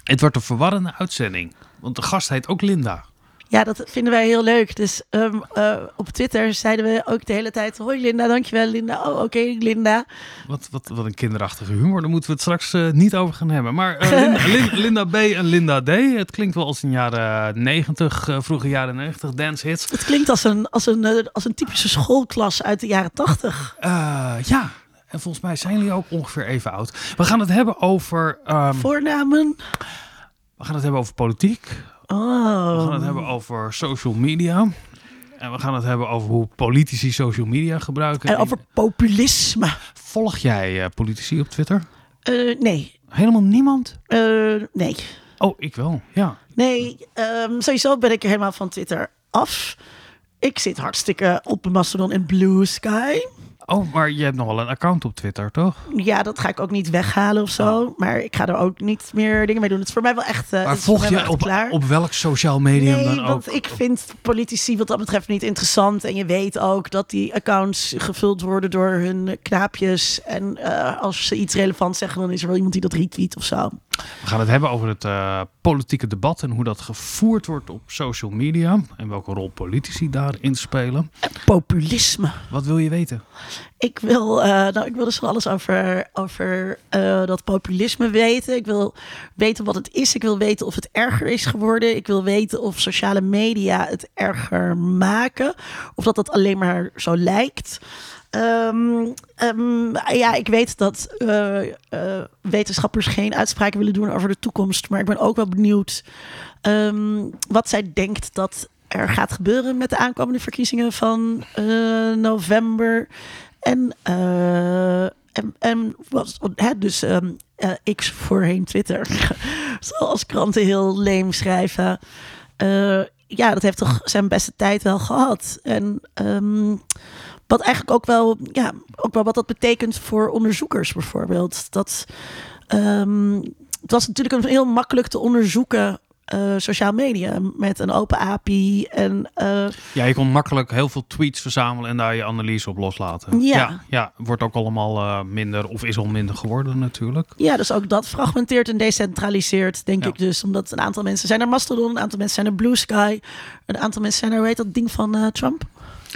Het wordt een verwarrende uitzending. Want de gast heet ook Linda. Ja, dat vinden wij heel leuk. Dus op Twitter zeiden we ook de hele tijd... Hoi Linda, dankjewel Linda. Oh, oké, Linda. Wat een kinderachtige humor. Daar moeten we het straks niet over gaan hebben. Maar Linda B en Linda D. Het klinkt wel als in jaren 90, vroege jaren 90 dance hits. Het klinkt als een typische schoolklas uit de jaren 80. Ja, en volgens mij zijn jullie ook ongeveer even oud. We gaan het hebben over... Voornamen? We gaan het hebben over politiek. Oh. We gaan het hebben over social media. En we gaan het hebben over hoe politici social media gebruiken. En over populisme. Volg jij politici op Twitter? Nee. Helemaal niemand? Nee. Oh, ik wel, ja. Nee, sowieso ben ik er helemaal van Twitter af. Ik zit hartstikke op Mastodon en Blue Sky. Oh, maar je hebt nog wel een account op Twitter, toch? Ja, dat ga ik ook niet weghalen of zo. Oh. Maar ik ga er ook niet meer dingen mee doen. Het is voor mij wel echt maar volg je op welk sociaal medium dan ook? Want ik vind politici wat dat betreft niet interessant. En je weet ook dat die accounts gevuld worden door hun knaapjes. En als ze iets relevant zeggen, dan is er wel iemand die dat retweet of zo. We gaan het hebben over het politieke debat en hoe dat gevoerd wordt op social media. En welke rol politici daarin spelen. Populisme. Wat wil je weten? Ik wil dus van alles over dat populisme weten. Ik wil weten wat het is. Ik wil weten of het erger is geworden. Ik wil weten of sociale media het erger maken. Of dat alleen maar zo lijkt. Ja, ik weet dat wetenschappers geen uitspraken willen doen over de toekomst. Maar ik ben ook wel benieuwd wat zij denkt dat er gaat gebeuren met de aankomende verkiezingen van november. Dus X voorheen Twitter. Zoals kranten heel leem schrijven. Ja, dat heeft toch zijn beste tijd wel gehad. En wat eigenlijk ook wel wat dat betekent voor onderzoekers bijvoorbeeld. Het was natuurlijk een heel makkelijk te onderzoeken sociaal media met een open API. En, ja, je kon makkelijk heel veel tweets verzamelen en daar je analyse op loslaten. Ja, wordt ook allemaal minder of is al minder geworden natuurlijk. Ja, dus ook dat fragmenteert en decentraliseert, denk ik dus. Omdat een aantal mensen zijn er Mastodon, een aantal mensen zijn er Blue Sky, een aantal mensen zijn er, hoe heet dat ding van Trump?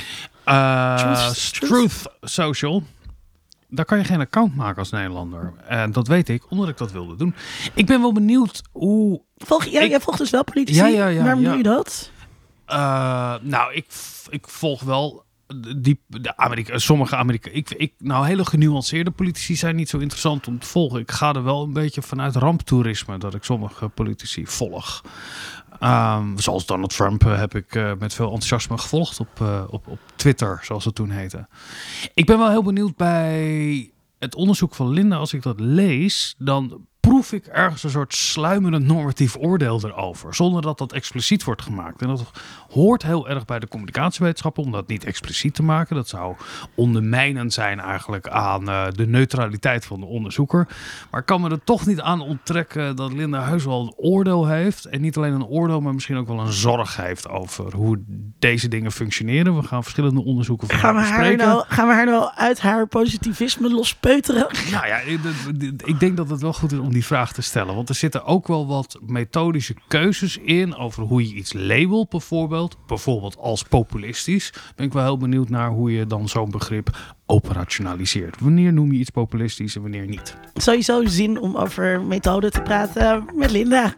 Truth Social. Daar kan je geen account maken als Nederlander. En dat weet ik, omdat ik dat wilde doen. Ik ben wel benieuwd hoe... Jij volgt dus wel politici? Ja. Waarom doe je dat? Nou, ik volg wel sommige Amerikanen. Hele genuanceerde politici zijn niet zo interessant om te volgen. Ik ga er wel een beetje vanuit ramptoerisme dat ik sommige politici volg. Zoals Donald Trump heb ik met veel enthousiasme gevolgd op Twitter, zoals het toen heette. Ik ben wel heel benieuwd bij het onderzoek van Linda. Als ik dat lees, dan proef ik ergens een soort sluimerend normatief oordeel erover. Zonder dat dat expliciet wordt gemaakt. En dat hoort heel erg bij de communicatiewetenschappen om dat niet expliciet te maken. Dat zou ondermijnend zijn eigenlijk aan de neutraliteit van de onderzoeker. Maar ik kan me er toch niet aan onttrekken dat Linda heus wel een oordeel heeft. En niet alleen een oordeel, maar misschien ook wel een zorg heeft over hoe deze dingen functioneren. We gaan verschillende onderzoeken van haar bespreken. Gaan we haar nou uit haar positivisme lospeuteren? Nou ja, ik denk dat het wel goed is om die vraag te stellen. Want er zitten ook wel wat methodische keuzes in over hoe je iets labelt bijvoorbeeld als populistisch. Ben ik wel heel benieuwd naar hoe je dan zo'n begrip operationaliseert. Wanneer noem je iets populistisch en wanneer niet? Sowieso zin om over methode te praten met Linda.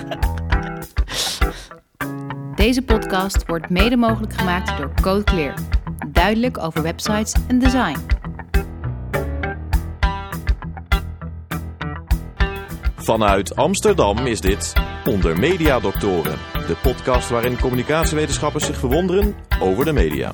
Deze podcast wordt mede mogelijk gemaakt door Code Clear. Duidelijk over websites en design. Vanuit Amsterdam is dit Onder Media Doctoren, de podcast waarin communicatiewetenschappers zich verwonderen over de media.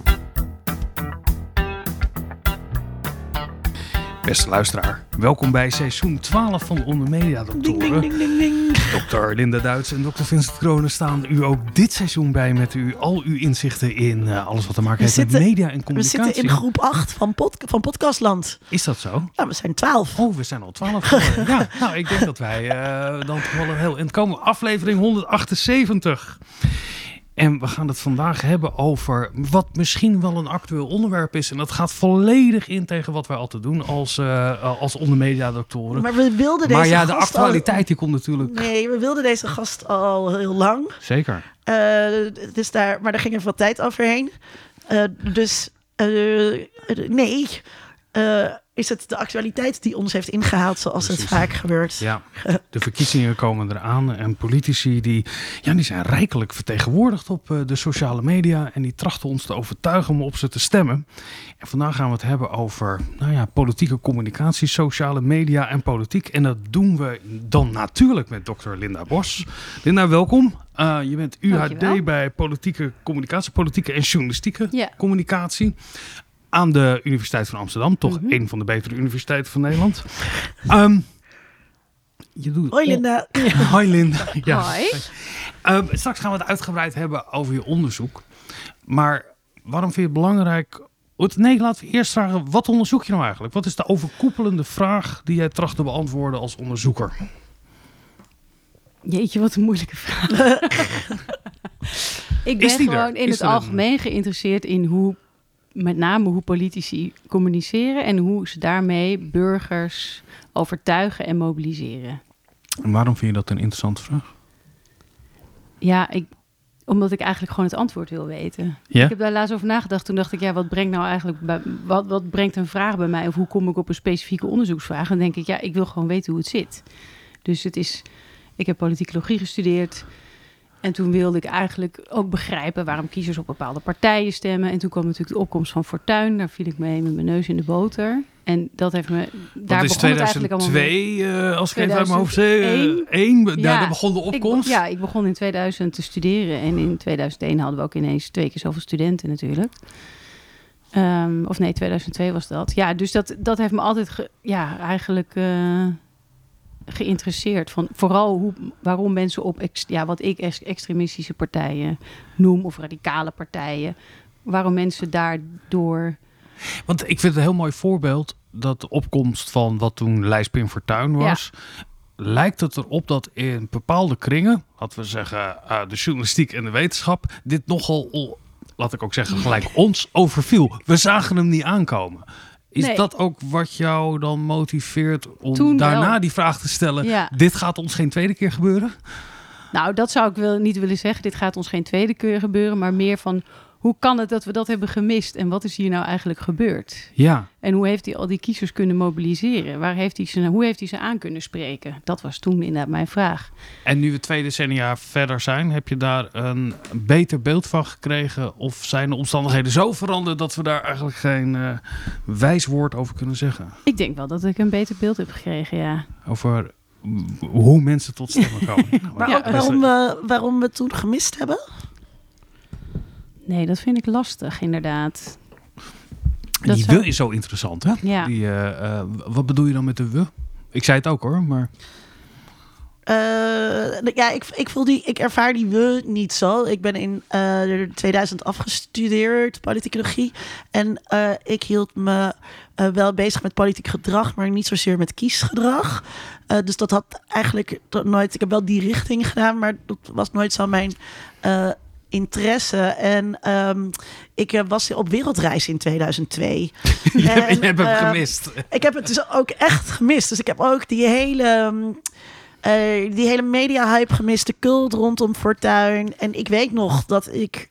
Beste luisteraar, welkom bij seizoen 12 van Onder Media Doctoren. Ding, ding, ding, ding. Dr. Linda Duits en Dr. Vincent Kronen staan u ook dit seizoen bij met al uw inzichten in alles wat te maken heeft met media en communicatie. We zitten in groep 8 van Podcastland. Is dat zo? Ja, we zijn 12. Oh, we zijn al 12 geworden. Ja, nou, ik denk dat wij dan wel een heel eind komen. Aflevering 178. En we gaan het vandaag hebben over wat misschien wel een actueel onderwerp is. En dat gaat volledig in tegen wat wij altijd doen als ondermediadoktoren. Maar we wilden deze de gast actualiteit die komt natuurlijk... Nee, we wilden deze gast al heel lang. Zeker. Maar daar ging even wat tijd overheen. Is het de actualiteit die ons heeft ingehaald zoals Precies. het vaak gebeurt. Ja, de verkiezingen komen eraan en politici die zijn rijkelijk vertegenwoordigd op de sociale media en die trachten ons te overtuigen om op ze te stemmen. En vandaag gaan we het hebben over politieke communicatie, sociale media en politiek. En dat doen we dan natuurlijk met dokter Linda Bos. Linda, welkom. Je bent UHD Dankjewel. bij politieke communicatie, politieke en journalistieke communicatie. Aan de Universiteit van Amsterdam. Toch een van de betere universiteiten van Nederland. Hoi Linda. Hoi Linda. Ja. Hoi. Straks gaan we het uitgebreid hebben over je onderzoek. Maar waarom vind je het belangrijk... Nee, laten we eerst vragen, wat onderzoek je nou eigenlijk? Wat is de overkoepelende vraag die jij tracht te beantwoorden als onderzoeker? Jeetje, wat een moeilijke vraag. Ik ben gewoon in het algemeen geïnteresseerd in met name hoe politici communiceren en hoe ze daarmee burgers overtuigen en mobiliseren. En waarom vind je dat een interessante vraag? Ja, omdat ik eigenlijk gewoon het antwoord wil weten. Ja? Ik heb daar laatst over nagedacht. Toen dacht ik, wat brengt nou eigenlijk wat brengt een vraag bij mij? Of hoe kom ik op een specifieke onderzoeksvraag? En dan denk ik, ik wil gewoon weten hoe het zit. Dus ik heb politicologie gestudeerd. En toen wilde ik eigenlijk ook begrijpen waarom kiezers op bepaalde partijen stemmen. En toen kwam natuurlijk de opkomst van Fortuyn. Daar viel ik mee met mijn neus in de boter. En dat heeft me... Daar begon het eigenlijk allemaal mee. 2002, als ik even uit mijn hoofd zeg. Daar begon de opkomst. Ik begon in 2000 te studeren. En in 2001 hadden we ook ineens 2 keer zoveel studenten natuurlijk. 2002 was dat. Ja, dus dat heeft me altijd geïnteresseerd. Vooral waarom mensen op wat ik extremistische partijen noem of radicale partijen, waarom mensen daardoor... Want ik vind het een heel mooi voorbeeld dat de opkomst van wat toen Lijst Pim Fortuyn was, lijkt het erop dat in bepaalde kringen, laten we zeggen de journalistiek en de wetenschap, dit nogal, laat ik ook zeggen, gelijk ons overviel. We zagen hem niet aankomen. Is dat ook wat jou dan motiveert om toen daarna wel die vraag te stellen? Ja. Dit gaat ons geen tweede keer gebeuren? Nou, dat zou ik niet willen zeggen. Dit gaat ons geen tweede keer gebeuren. Maar meer van, hoe kan het dat we dat hebben gemist? En wat is hier nou eigenlijk gebeurd? Ja. En hoe heeft hij al die kiezers kunnen mobiliseren? Hoe heeft hij ze aan kunnen spreken? Dat was toen inderdaad mijn vraag. En nu we 2 decennia verder zijn, heb je daar een beter beeld van gekregen? Of zijn de omstandigheden zo veranderd dat we daar eigenlijk geen wijs woord over kunnen zeggen? Ik denk wel dat ik een beter beeld heb gekregen, ja. Over hoe mensen tot stemmen komen. Maar ook waarom we toen gemist hebben? Nee, dat vind ik lastig, inderdaad. Die we is zo interessant, hè? Ja. Wat bedoel je dan met de we? Ik zei het ook hoor, maar... Ik ervaar die we niet zo. Ik ben in 2000 afgestudeerd, politicologie. En ik hield me wel bezig met politiek gedrag, maar niet zozeer met kiesgedrag. Dus dat had eigenlijk nooit... Ik heb wel die richting gedaan, maar dat was nooit zo mijn interesse. En ik was op wereldreis in 2002. Je hebt hem gemist. Ik heb het dus ook echt gemist. Dus ik heb ook die hele media-hype gemist, de cult rondom Fortuyn. En ik weet nog dat ik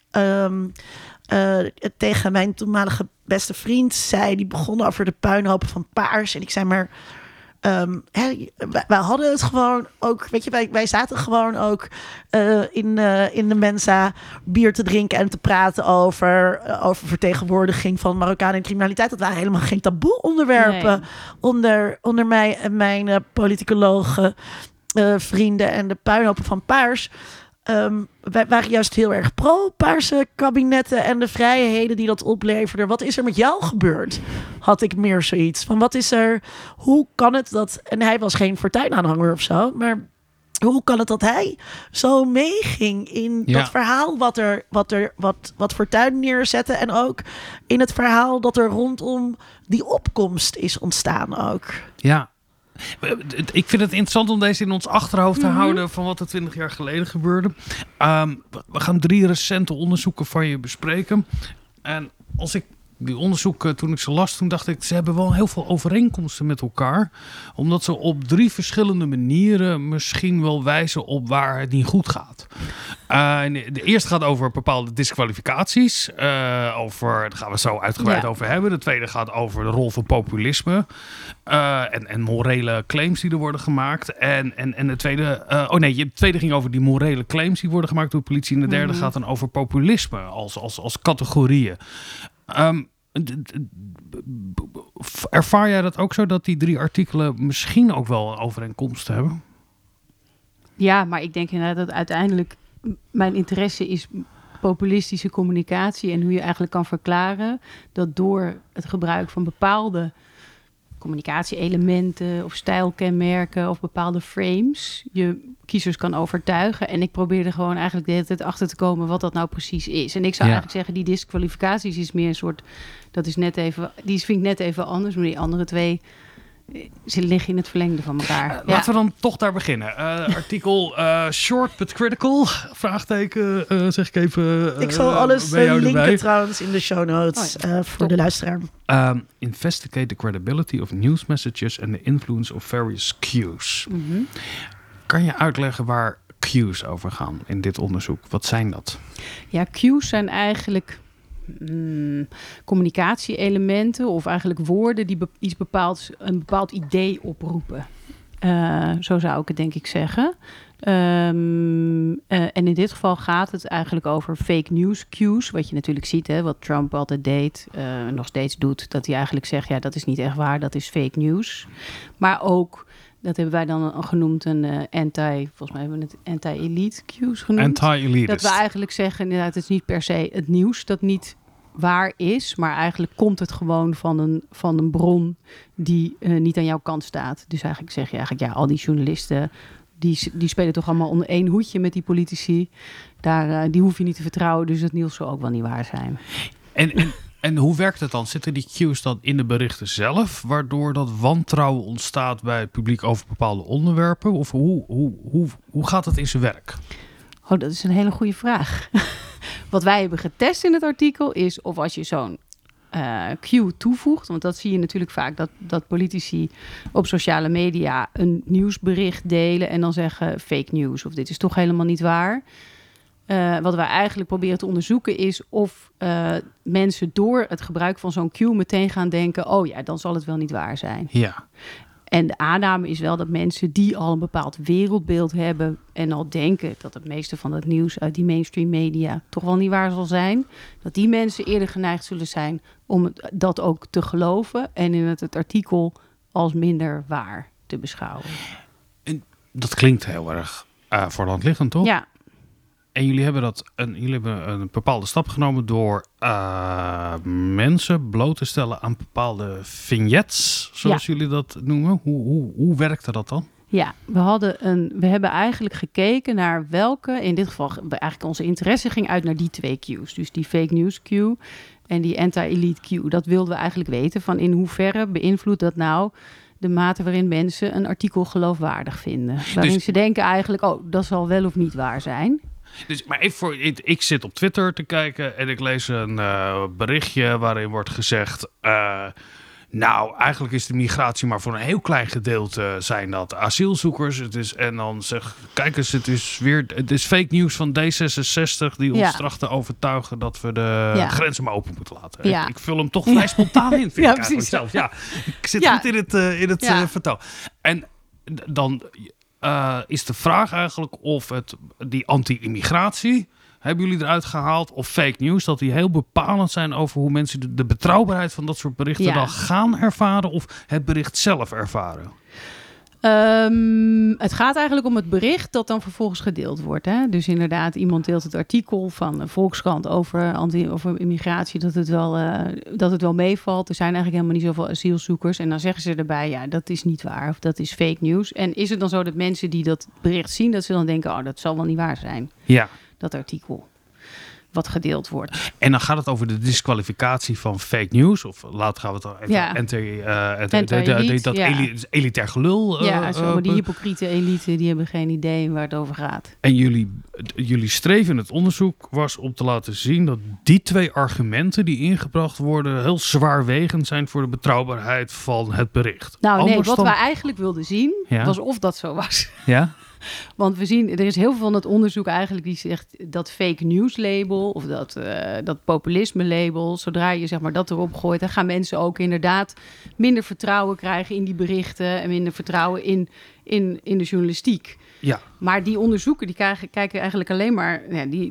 tegen mijn toenmalige beste vriend zei, die begon over de puinhopen van Paars. En ik zei maar, wij hadden het gewoon ook, weet je, wij zaten gewoon ook in de Mensa bier te drinken en te praten over vertegenwoordiging van Marokkanen en criminaliteit. Dat waren helemaal geen taboe onderwerpen onder mij en mijn politicologen vrienden. En de puinhopen van Paars wij waren juist heel erg pro-paarse kabinetten en de vrijheden die dat opleverden. Wat is er met jou gebeurd? Had ik meer zoiets van, wat is er, hoe kan het dat, en hij was geen Fortuyn-aanhanger of zo, maar hoe kan het dat hij zo meeging in dat verhaal wat Fortuyn neerzette en ook in het verhaal dat er rondom die opkomst is ontstaan ook? Ja, Ik vind het interessant om deze in ons achterhoofd te houden van wat er 20 jaar geleden gebeurde. We gaan 3 recente onderzoeken van je bespreken. En als ik die onderzoeken, toen ik ze las, toen dacht ik, ze hebben wel heel veel overeenkomsten met elkaar. Omdat ze op 3 verschillende manieren misschien wel wijzen op waar het niet goed gaat. De eerste gaat over bepaalde disqualificaties. Daar gaan we zo uitgebreid over hebben. De tweede gaat over de rol van populisme. En morele claims die er worden gemaakt. En de tweede... de tweede ging over die morele claims die worden gemaakt door de politie. En de derde gaat dan over populisme als categorieën. Ervaar jij dat ook zo, dat die 3 artikelen misschien ook wel overeenkomsten hebben? Ja, maar ik denk inderdaad dat uiteindelijk mijn interesse is populistische communicatie en hoe je eigenlijk kan verklaren dat door het gebruik van bepaalde communicatie-elementen of stijlkenmerken of bepaalde frames je kiezers kan overtuigen. En ik probeer er gewoon eigenlijk de hele tijd achter te komen wat dat nou precies is. En ik zou eigenlijk zeggen, die disqualificaties is meer een soort, die vind ik net even anders, maar die andere 2 ze liggen in het verlengde van elkaar. Laten we dan toch daar beginnen. Artikel short but critical. Vraagteken, zeg ik even. Ik zal alles linken trouwens in de show notes voor de luisteraar. Investigate the credibility of news messages and the influence of various cues. Mm-hmm. Kan je uitleggen waar cues over gaan in dit onderzoek? Wat zijn dat? Ja, cues zijn eigenlijk communicatie-elementen of eigenlijk woorden die een bepaald idee oproepen. Zo zou ik het denk ik zeggen. En in dit geval gaat het eigenlijk over fake news cues. Wat je natuurlijk ziet, hè, wat Trump altijd deed, nog steeds doet. Dat hij eigenlijk zegt, ja, dat is niet echt waar, dat is fake news. Maar ook, dat hebben wij dan genoemd volgens mij hebben we het anti-elite cues genoemd. Anti-elitist. Dat we eigenlijk zeggen, inderdaad, het is niet per se het nieuws dat niet waar is, maar eigenlijk komt het gewoon van een bron die niet aan jouw kant staat. Dus eigenlijk zeg je al die journalisten, die spelen toch allemaal onder 1 hoedje met die politici. Die hoef je niet te vertrouwen, dus het nieuws zal ook wel niet waar zijn. En hoe werkt het dan? Zitten die cues dan in de berichten zelf, waardoor dat wantrouwen ontstaat bij het publiek over bepaalde onderwerpen? Of hoe gaat het in zijn werk? Oh, dat is een hele goede vraag. Wat wij hebben getest in het artikel is of als je zo'n cue toevoegt, want dat zie je natuurlijk vaak, dat politici op sociale media een nieuwsbericht delen en dan zeggen fake news of dit is toch helemaal niet waar. Wat wij eigenlijk proberen te onderzoeken is of mensen door het gebruik van zo'n cue meteen gaan denken, oh ja, dan zal het wel niet waar zijn. Ja. En de aanname is wel dat mensen die al een bepaald wereldbeeld hebben en al denken dat het meeste van het nieuws uit die mainstream media toch wel niet waar zal zijn, dat die mensen eerder geneigd zullen zijn om dat ook te geloven en in het artikel als minder waar te beschouwen. En dat klinkt heel erg voor de hand liggend, toch? Ja. En jullie hebben een bepaalde stap genomen door mensen bloot te stellen aan bepaalde vignettes, zoals jullie dat noemen. Hoe werkte dat dan? Ja, we hebben eigenlijk gekeken naar welke, in dit geval eigenlijk onze interesse ging uit naar die 2 cues. Dus die fake news cue en die anti-elite cue. Dat wilden we eigenlijk weten van in hoeverre beïnvloedt dat nou de mate waarin mensen een artikel geloofwaardig vinden. Waarin ze denken eigenlijk, oh, dat zal wel of niet waar zijn. Dus, maar ik zit op Twitter te kijken en ik lees een berichtje waarin wordt gezegd, nou, eigenlijk is de migratie maar voor een heel klein gedeelte zijn dat asielzoekers. En dan kijk eens, het is fake nieuws van D66 die ons trachten overtuigen dat we de grenzen maar open moeten laten. Ja. Ik vul hem toch vrij spontaan in, vind ik eigenlijk zelf. Ja, ik zit goed in het vertel. En dan is de vraag eigenlijk of die anti-immigratie, hebben jullie eruit gehaald, of fake news, dat die heel bepalend zijn over hoe mensen de betrouwbaarheid van dat soort berichten dan gaan ervaren of het bericht zelf ervaren? Het gaat eigenlijk om het bericht dat dan vervolgens gedeeld wordt. Hè? Dus inderdaad, iemand deelt het artikel van de Volkskrant over immigratie, dat het wel meevalt. Er zijn eigenlijk helemaal niet zoveel asielzoekers. En dan zeggen ze erbij, ja, dat is niet waar of dat is fake news. En is het dan zo dat mensen die dat bericht zien, dat ze dan denken, oh, dat zal wel niet waar zijn. Ja. Dat artikel. wat gedeeld wordt. En dan gaat het over de disqualificatie van fake news. Of later gaan we het al even... dat elitair gelul. Maar die hypocriete elite, die hebben geen idee waar het over gaat. En jullie streven in het onderzoek was om te laten zien dat die 2 argumenten die ingebracht worden heel zwaarwegend zijn voor de betrouwbaarheid van het bericht. Wat wij eigenlijk wilden zien, was of dat zo was. Ja? Want we zien, er is heel veel van het onderzoek eigenlijk die zegt dat fake news label of dat populisme label, zodra je zeg maar dat erop gooit, dan gaan mensen ook inderdaad minder vertrouwen krijgen in die berichten en minder vertrouwen in de journalistiek. Ja. Maar die onderzoeken die kijken eigenlijk alleen maar.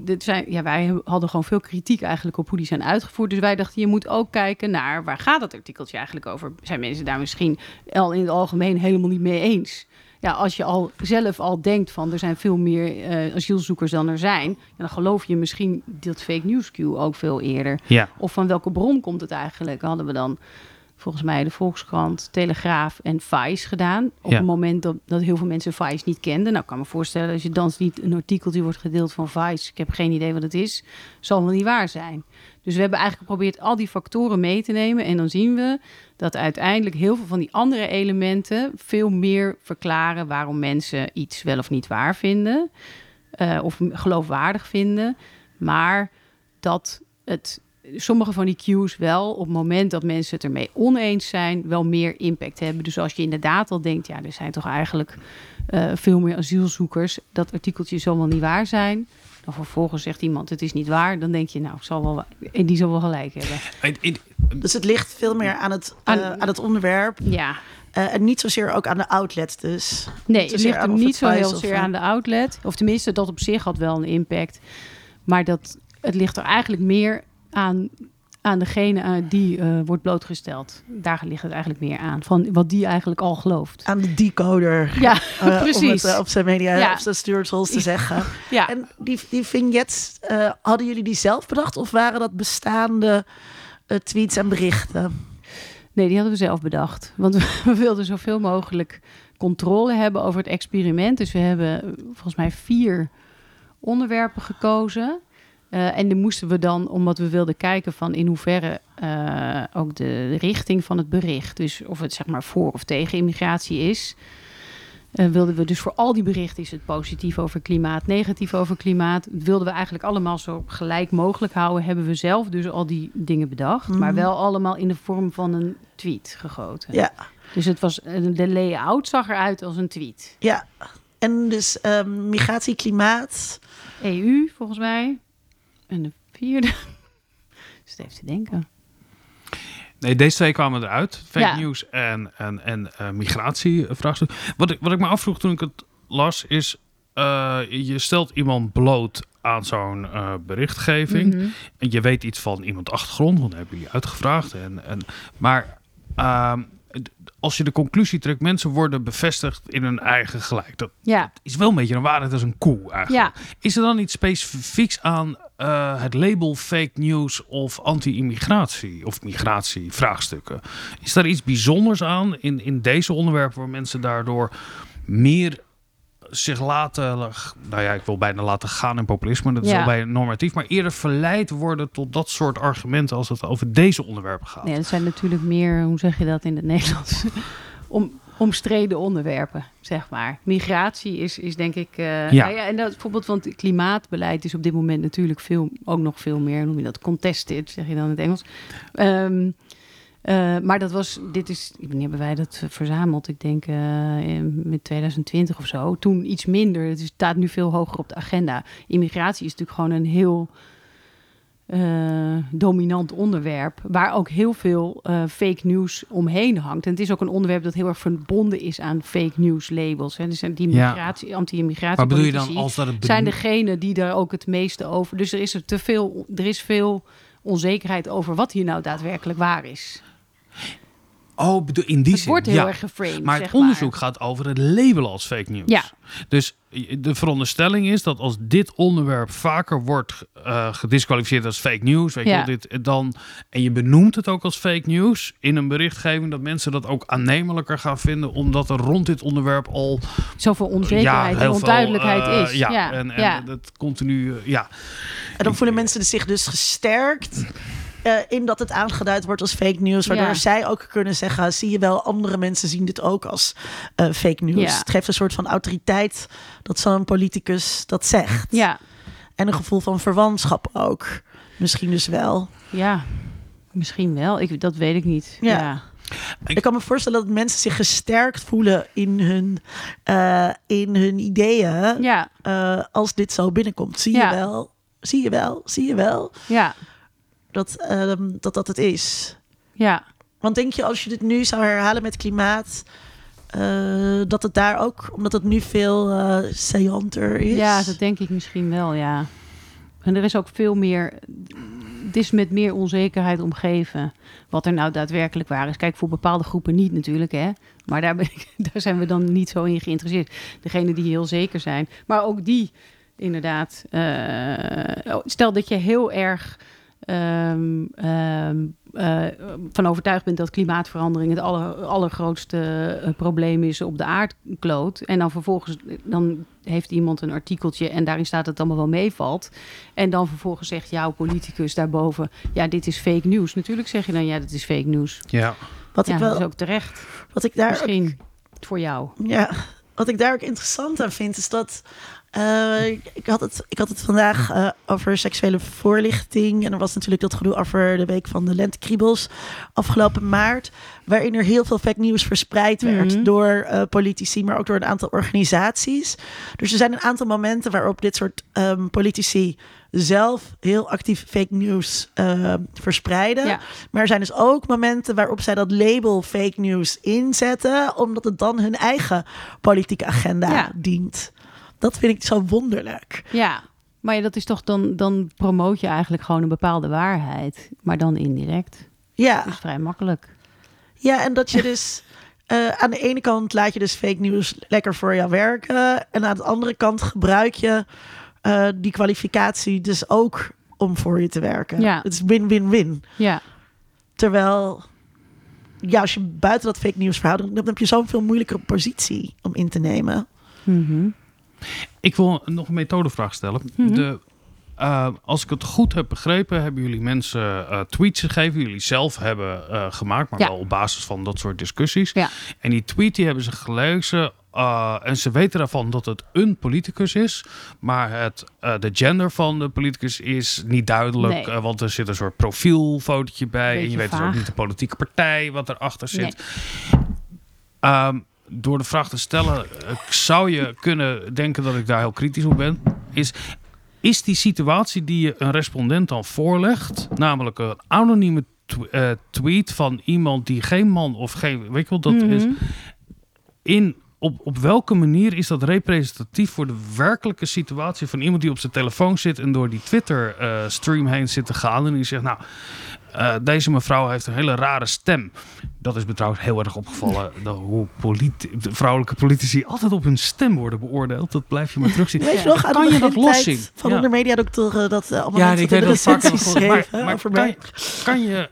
Wij hadden gewoon veel kritiek eigenlijk op hoe die zijn uitgevoerd. Dus wij dachten, je moet ook kijken naar waar gaat dat artikeltje eigenlijk over? Zijn mensen daar misschien al in het algemeen helemaal niet mee eens? Ja, als je zelf al denkt van er zijn veel meer asielzoekers dan er zijn, dan geloof je misschien dat fake news queue ook veel eerder. Ja. Of van welke bron komt het eigenlijk? Hadden we dan volgens mij de Volkskrant, Telegraaf en Vice gedaan. Op het moment dat heel veel mensen Vice niet kenden. Nou, ik kan me voorstellen, als je dan niet een artikeltje wordt gedeeld van Vice, ik heb geen idee wat het is, zal wel niet waar zijn. Dus we hebben eigenlijk geprobeerd al die factoren mee te nemen. En dan zien we dat uiteindelijk heel veel van die andere elementen veel meer verklaren waarom mensen iets wel of niet waar vinden. Of geloofwaardig vinden. Maar dat sommige van die cues wel op het moment dat mensen het ermee oneens zijn, wel meer impact hebben. Dus als je inderdaad al denkt, er zijn toch eigenlijk veel meer asielzoekers. Dat artikeltje zal wel niet waar zijn. Dan vervolgens zegt iemand, het is niet waar. Dan denk je, die zal wel gelijk hebben. Dus het ligt veel meer aan het onderwerp. Ja. En niet zozeer ook aan de outlet dus. Nee, het ligt er niet zo heel zeer aan de outlet. Of tenminste, dat op zich had wel een impact. Maar het ligt er eigenlijk meer aan degene die wordt blootgesteld. Daar ligt het eigenlijk meer aan. Van wat die eigenlijk al gelooft. Aan de decoder. Ja, precies. Om het op zijn media, op zijn stewardholes te zeggen. Ja. En die vignettes, hadden jullie die zelf bedacht? Of waren dat bestaande tweets en berichten? Nee, die hadden we zelf bedacht. Want we wilden zoveel mogelijk controle hebben over het experiment. Dus we hebben volgens mij 4 onderwerpen gekozen. En die moesten we dan, omdat we wilden kijken van in hoeverre ook de richting van het bericht, dus of het zeg maar voor of tegen immigratie is, wilden we dus voor al die berichten, is het positief over klimaat, negatief over klimaat, wilden we eigenlijk allemaal zo gelijk mogelijk houden, hebben we zelf dus al die dingen bedacht, maar wel allemaal in de vorm van een tweet gegoten. Ja. Dus het was, de layout zag eruit als een tweet. Ja, en dus migratie, klimaat. EU volgens mij. En de 4e. Dus even te denken. Nee, deze 2 kwamen eruit. Fake news en migratievraagstuk. Wat ik me afvroeg toen ik het las is, je stelt iemand bloot aan zo'n berichtgeving. Mm-hmm. En je weet iets van iemands achtergrond, want dat hebben jullie uitgevraagd. Maar als je de conclusie trekt, mensen worden bevestigd in hun eigen gelijk. Dat is wel een beetje een waarheid als een koe eigenlijk. Ja. Is er dan iets specifieks aan het label fake news of anti-immigratie of migratievraagstukken? Is daar iets bijzonders aan in deze onderwerpen waar mensen daardoor meer zich laten, ik wil bijna laten gaan in populisme, dat is wel bijna normatief, maar eerder verleid worden tot dat soort argumenten als het over deze onderwerpen gaat? Ja, dat zijn natuurlijk meer, hoe zeg je dat in het Nederlands, omstreden onderwerpen, zeg maar. Migratie is denk ik, en dat bijvoorbeeld, want het klimaatbeleid is op dit moment natuurlijk ook nog veel meer, noem je dat, contested, zeg je dan in het Engels. Maar wanneer hebben wij dat verzameld? Ik denk met 2020 of zo. Toen iets minder. Het staat nu veel hoger op de agenda. Immigratie is natuurlijk gewoon een heel dominant onderwerp, waar ook heel veel fake news omheen hangt. En het is ook een onderwerp dat heel erg verbonden is aan fake news labels. Hè. Dus die anti-immigratie. Maar bedoel je dan als dat het zijn degenen die daar ook het meeste over. Dus er is veel onzekerheid over wat hier nou daadwerkelijk waar is. Oh, in die zin. Het wordt heel erg geframed. Maar het onderzoek gaat over het labelen als fake news. Ja. Dus de veronderstelling is dat als dit onderwerp vaker wordt gedisqualificeerd als fake news, en je benoemt het ook als fake news in een berichtgeving, dat mensen dat ook aannemelijker gaan vinden, omdat er rond dit onderwerp al zoveel onzekerheid en onduidelijkheid is. En dat continu. En dan voelen mensen zich dus gesterkt in dat het aangeduid wordt als fake news. Waardoor zij ook kunnen zeggen, zie je wel, andere mensen zien dit ook als fake news. Ja. Het geeft een soort van autoriteit dat zo'n politicus dat zegt. Ja. En een gevoel van verwantschap ook. Misschien dus wel. Ja, misschien wel. Dat weet ik niet. Ja. Ja. Ik kan me voorstellen dat mensen zich gesterkt voelen in hun ideeën. Ja. Als dit zo binnenkomt. Zie je wel. Ja. Dat het is. Ja. Want denk je, als je dit nu zou herhalen met klimaat, dat het daar ook, omdat het nu veel saillanter is? Ja, dat denk ik misschien wel, ja. En er is ook veel meer, het is met meer onzekerheid omgeven wat er nou daadwerkelijk waar is. Kijk, voor bepaalde groepen niet natuurlijk, hè. Maar daar zijn we dan niet zo in geïnteresseerd. Degenen die heel zeker zijn. Maar ook die, inderdaad. Stel dat je heel erg van overtuigd bent dat klimaatverandering het allergrootste probleem is op de aardkloot. En dan vervolgens dan heeft iemand een artikeltje en daarin staat dat het allemaal wel meevalt. En dan vervolgens zegt jouw politicus daarboven, ja, dit is fake news. Natuurlijk zeg je dan, ja, dat is fake news. Ja. Dat is ook terecht. Wat ik daar misschien voor jou. Ja, wat ik daar ook interessant aan vind, is dat ik had het vandaag over seksuele voorlichting. En er was natuurlijk dat gedoe over de week van de lentekriebels afgelopen maart, waarin er heel veel fake news verspreid werd door politici, maar ook door een aantal organisaties. Dus er zijn een aantal momenten waarop dit soort politici zelf heel actief fake news verspreiden. Ja. Maar er zijn dus ook momenten waarop zij dat label fake news inzetten, omdat het dan hun eigen politieke agenda dient. Dat vind ik zo wonderlijk. Ja, maar ja, dat is toch dan promoot je eigenlijk gewoon een bepaalde waarheid, maar dan indirect. Ja. Dat is vrij makkelijk. Ja, en dat je dus aan de ene kant laat je dus fake news lekker voor jou werken, en aan de andere kant gebruik je die kwalificatie dus ook om voor je te werken. Ja. Het is win-win-win. Ja. Terwijl, ja, als je buiten dat fake news verhoudt, dan heb je zo'n veel moeilijkere positie om in te nemen. Mm-hmm. Ik wil nog een methodevraag stellen. Mm-hmm. Als ik het goed heb begrepen, hebben jullie mensen tweets gegeven. Jullie zelf hebben gemaakt, maar wel op basis van dat soort discussies. Ja. En die tweet die hebben ze gelezen. En ze weten daarvan dat het een politicus is. Maar de gender van de politicus is niet duidelijk. Nee. Want er zit een soort profielfotootje bij. Beetje en je weet dus vaag. ook niet de politieke partij wat erachter zit. Nee. Door de vraag te stellen, zou je kunnen denken dat ik daar heel kritisch op ben. Is die situatie die je een respondent dan voorlegt, namelijk een anonieme tweet van iemand die geen man of geen, weet je wat dat is, op welke manier is dat representatief voor de werkelijke situatie van iemand die op zijn telefoon zit en door die Twitter-stream heen zit te gaan en die zegt, nou, deze mevrouw heeft een hele rare stem. Dat is me trouwens heel erg opgevallen. Hoe vrouwelijke politici altijd op hun stem worden beoordeeld. Dat blijf je maar terugzien. Weet je nog, aan kan de je dat loszien? van onder mediadoktoren dat allemaal ja, mensen ik weet de dat vaak recensies schreven maar over mij. kan je...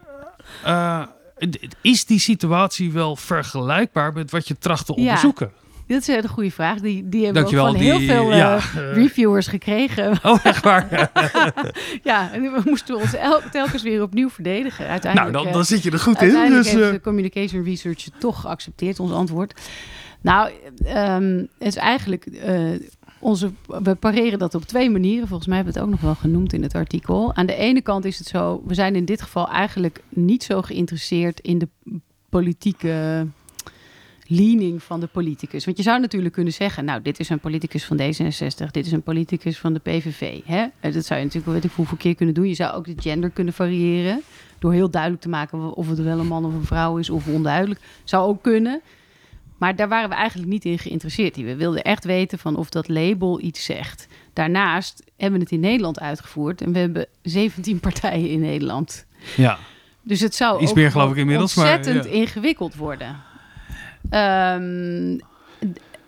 is die situatie wel vergelijkbaar met wat je tracht te onderzoeken? Dat is een goede vraag. Die hebben we Dankjewel, ook van heel veel reviewers gekregen. Oh, echt waar? Ja, en we moesten ons telkens weer opnieuw verdedigen. Uiteindelijk, nou, dan zit je er goed in. Uiteindelijk Dus, heeft de communication researcher toch geaccepteerd, ons antwoord. Nou, het is eigenlijk... we pareren dat op 2 manieren. Volgens mij hebben we het ook nog wel genoemd in het artikel. Aan de ene kant is het zo... We zijn in dit geval eigenlijk niet zo geïnteresseerd in de politieke leaning van de politicus. Want je zou natuurlijk kunnen zeggen, nou, dit is een politicus van D66, dit is een politicus van de PVV. Hè? Dat zou je natuurlijk, weet ik hoeveel keer kunnen doen. Je zou ook de gender kunnen variëren, door heel duidelijk te maken of het wel een man of een vrouw is, of onduidelijk. Zou ook kunnen. Maar daar waren we eigenlijk niet in geïnteresseerd. We wilden echt weten van of dat label iets zegt. Daarnaast hebben we het in Nederland uitgevoerd en we hebben 17 partijen in Nederland. Ja. Dus het zou iets ook meer, geloof ik, inmiddels, ontzettend maar, ingewikkeld worden.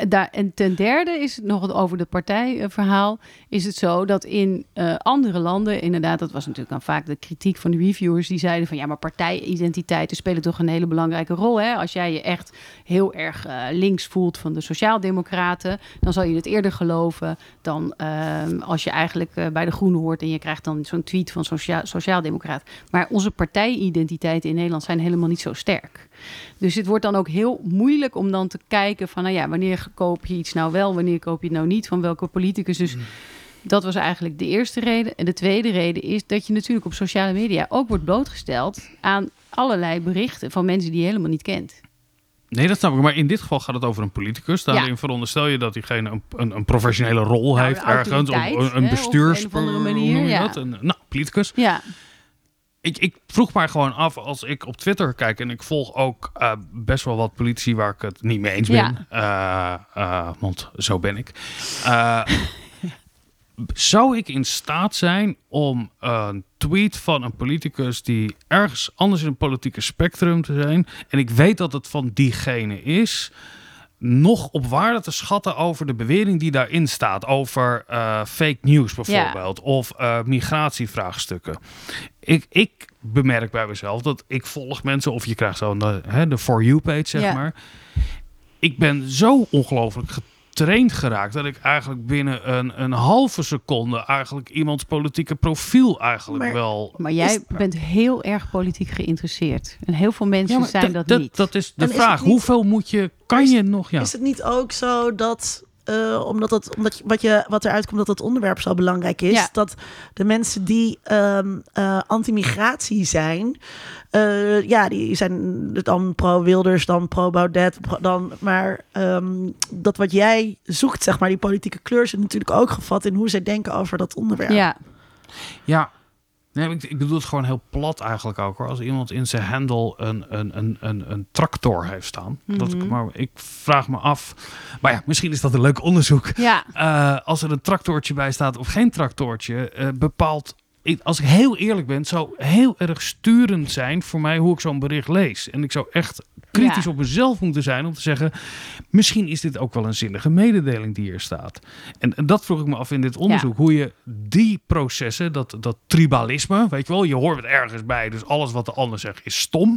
En ten derde is het nog over het partijverhaal. Is het zo dat in andere landen, inderdaad, dat was natuurlijk dan vaak de kritiek van de reviewers, die zeiden van ja, maar partijidentiteiten spelen toch een hele belangrijke rol. Hè? Als jij je echt heel erg links voelt van de Sociaaldemocraten, dan zal je het eerder geloven dan als je eigenlijk bij de Groenen hoort en je krijgt dan zo'n tweet van Sociaaldemocraat. Maar onze partijidentiteiten in Nederland zijn helemaal niet zo sterk. Dus het wordt dan ook heel moeilijk om dan te kijken van, nou ja, wanneer koop je iets nou wel, wanneer koop je het nou niet, van welke politicus. Dus dat was eigenlijk de eerste reden. En de tweede reden is dat je natuurlijk op sociale media ook wordt blootgesteld aan allerlei berichten van mensen die je helemaal niet kent. Nee, dat snap ik. Maar in dit geval gaat het over een politicus. Daarin veronderstel je dat diegene een professionele rol heeft ergens. Of een bestuurs... Op een of andere manier. Noem je dat? Een politicus. Ja. Ik vroeg mij gewoon af, als ik op Twitter kijk en ik volg ook best wel wat politici waar ik het niet mee eens ben. Want zo ben ik. Zou ik in staat zijn om een tweet van een politicus die ergens anders in het politieke spectrum te zijn, en ik weet dat het van diegene is, nog op waarde te schatten over de bewering die daarin staat, over fake news bijvoorbeeld, of migratievraagstukken. Ik bemerk bij mezelf dat ik volg mensen, of je krijgt zo de For You-page, zeg maar. Ik ben zo ongelooflijk getraind geraakt dat ik eigenlijk binnen een halve seconde eigenlijk iemands politieke profiel eigenlijk Maar jij bent heel erg politiek geïnteresseerd. En heel veel mensen zijn dat niet. Dat is de vraag. Hoeveel kan je nog... Ja. Is het niet ook zo dat... omdat wat eruit komt dat het onderwerp zo belangrijk is, dat de mensen die anti-migratie zijn, die zijn dan pro-Wilders, dan pro-Baudet, maar dat wat jij zoekt, zeg maar, die politieke kleur, zit natuurlijk ook gevat in hoe zij denken over dat onderwerp. Ja. Nee, ik bedoel het gewoon heel plat eigenlijk ook, hoor. Als iemand in zijn handle een tractor heeft staan. Maar ik vraag me af... Maar ja, misschien is dat een leuk onderzoek. Ja. Als er een tractortje bij staat of geen tractortje, bepaalt... Als ik heel eerlijk ben, zou heel erg sturend zijn voor mij hoe ik zo'n bericht lees. En ik zou echt kritisch op mezelf moeten zijn om te zeggen, misschien is dit ook wel een zinnige mededeling die hier staat. En dat vroeg ik me af in dit onderzoek. Hoe je die processen, dat tribalisme, weet je wel, je hoort het ergens bij, dus alles wat de ander zegt is stom.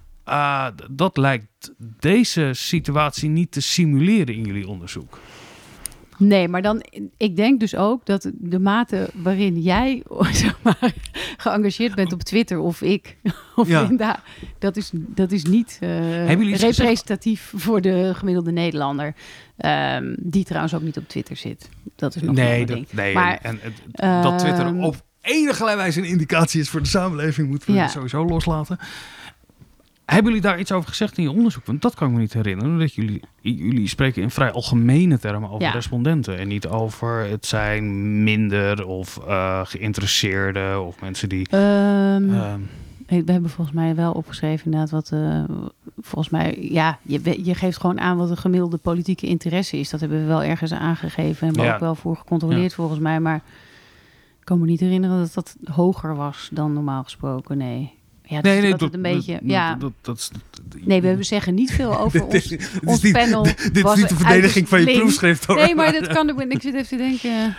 Dat lijkt deze situatie niet te simuleren in jullie onderzoek. Nee, maar dan, ik denk dus ook dat de mate waarin jij, zeg maar, geëngageerd bent op Twitter of ik, of Linda, dat is niet representatief voor de gemiddelde Nederlander. Die trouwens ook niet op Twitter zit. Dat is nog een ander ding. Nee, maar, dat Twitter op enige wijze een indicatie is voor de samenleving, moeten we sowieso loslaten. Hebben jullie daar iets over gezegd in je onderzoek? Want dat kan ik me niet herinneren. Dat jullie spreken in vrij algemene termen over respondenten. En niet over het zijn minder of geïnteresseerden of mensen die... we hebben volgens mij wel opgeschreven inderdaad wat... volgens mij, je geeft gewoon aan wat de gemiddelde politieke interesse is. Dat hebben we wel ergens aangegeven. En hebben we ook wel voor gecontroleerd volgens mij. Maar ik kan me niet herinneren dat dat hoger was dan normaal gesproken. Nee. Ja, nee, dat een beetje. Nee, we zeggen niet veel over ons panel. Dit is niet de verdediging van je proefschrift, hoor. Nee, maar dat kan. Ik zit even te denken.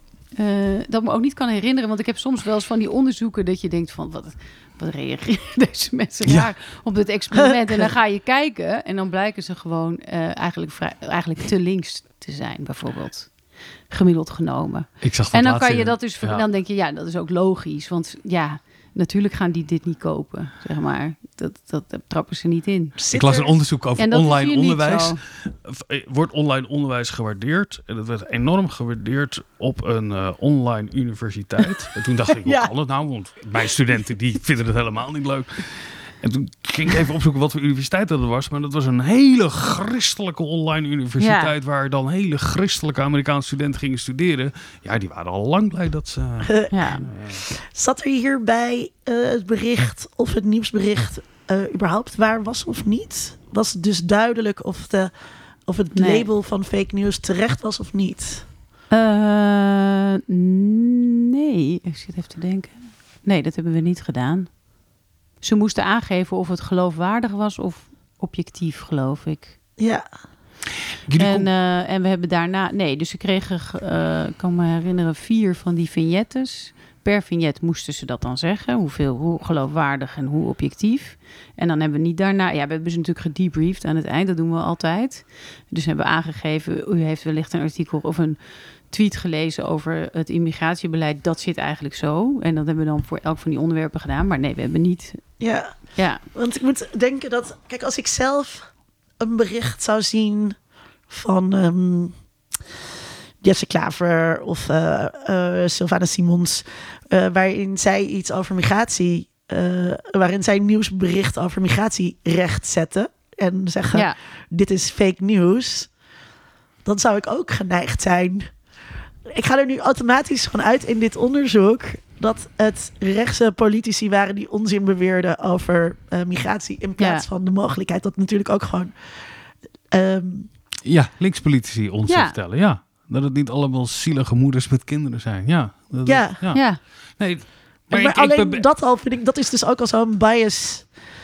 Dat me ook niet kan herinneren. Want ik heb soms wel eens van die onderzoeken dat je denkt van wat reageren deze mensen raar op dit experiment? En dan ga je kijken en dan blijken ze gewoon eigenlijk te links te zijn, bijvoorbeeld. Gemiddeld genomen. En dan kan je dat dus. Dan denk je, dat is ook logisch. Want natuurlijk gaan die dit niet kopen, zeg maar. Dat trappen ze niet in. Ik las een onderzoek over online onderwijs. Wordt online onderwijs gewaardeerd? En dat werd enorm gewaardeerd op een online universiteit. En toen dacht ik, hoe kan het nou? Want mijn studenten die vinden het helemaal niet leuk. En toen ging ik even opzoeken wat voor universiteit dat was. Maar dat was een hele christelijke online universiteit... waar dan hele christelijke Amerikaanse studenten gingen studeren. Ja, die waren al lang blij dat ze... Zat er hierbij het bericht of het nieuwsbericht überhaupt waar was of niet? Was het dus duidelijk of het label van fake news terecht was of niet? Nee, ik zit even te denken. Nee, dat hebben we niet gedaan. Ze moesten aangeven of het geloofwaardig was of objectief, geloof ik. Ja. En we hebben daarna... Nee, dus ze kregen, ik kan me herinneren, 4 van die vignettes. Per vignet moesten ze dat dan zeggen. Hoe geloofwaardig en hoe objectief. En dan hebben we niet daarna... Ja, we hebben ze natuurlijk gedebriefd aan het eind. Dat doen we altijd. Dus hebben we aangegeven... U heeft wellicht een artikel of een tweet gelezen over het immigratiebeleid. Dat zit eigenlijk zo. En dat hebben we dan voor elk van die onderwerpen gedaan. Maar nee, we hebben niet... Ja, want ik moet denken dat... Kijk, als ik zelf een bericht zou zien van Jesse Klaver of Sylvana Simons, waarin zij iets over migratie, waarin zij nieuwsbericht over migratierecht zetten en zeggen, dit is fake news, dan zou ik ook geneigd zijn. Ik ga er nu automatisch van uit in dit onderzoek dat het rechtse politici waren die onzin beweerden over migratie in plaats van de mogelijkheid dat natuurlijk ook gewoon... linkspolitici ons vertellen, ja. Dat het niet allemaal zielige moeders met kinderen zijn, ja. Nee, maar alleen dat al vind ik, dat is dus ook al zo'n bias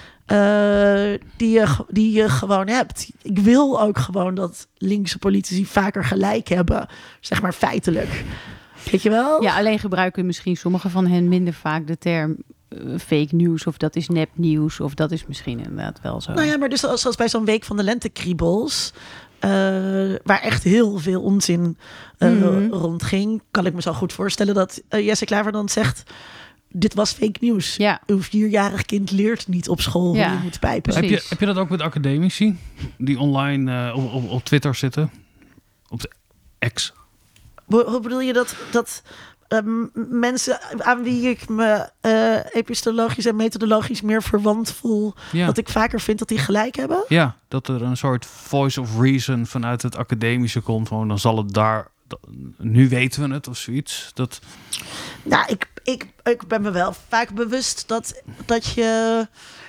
die je gewoon hebt. Ik wil ook gewoon dat linkse politici vaker gelijk hebben, zeg maar feitelijk. Weet je wel? Ja, alleen gebruiken misschien sommigen van hen minder vaak de term fake news of dat is nepnieuws of dat is misschien inderdaad wel zo. Nou ja, maar dus zoals bij zo'n week van de lentekriebels, waar echt heel veel onzin rondging, kan ik me zo goed voorstellen dat Jesse Klaver dan zegt, dit was fake nieuws. Ja. Uw 4-jarig kind leert niet op school hoe je moet pijpen. Heb je dat ook met academici die online op Twitter zitten? Op de X? Hoe bedoel je dat mensen aan wie ik me epistologisch en methodologisch meer verwant voel, dat ik vaker vind dat die gelijk hebben? Ja, dat er een soort voice of reason vanuit het academische komt. Van, dan zal het daar... Nu weten we het of zoiets. Nou, ik ben me wel vaak bewust dat je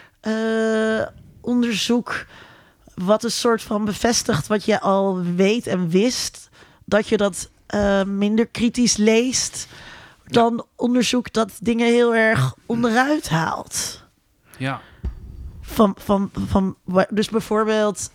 onderzoek wat een soort van bevestigt wat je al weet en wist, dat je dat minder kritisch leest dan onderzoek dat dingen heel erg onderuit haalt. Ja. Dus bijvoorbeeld,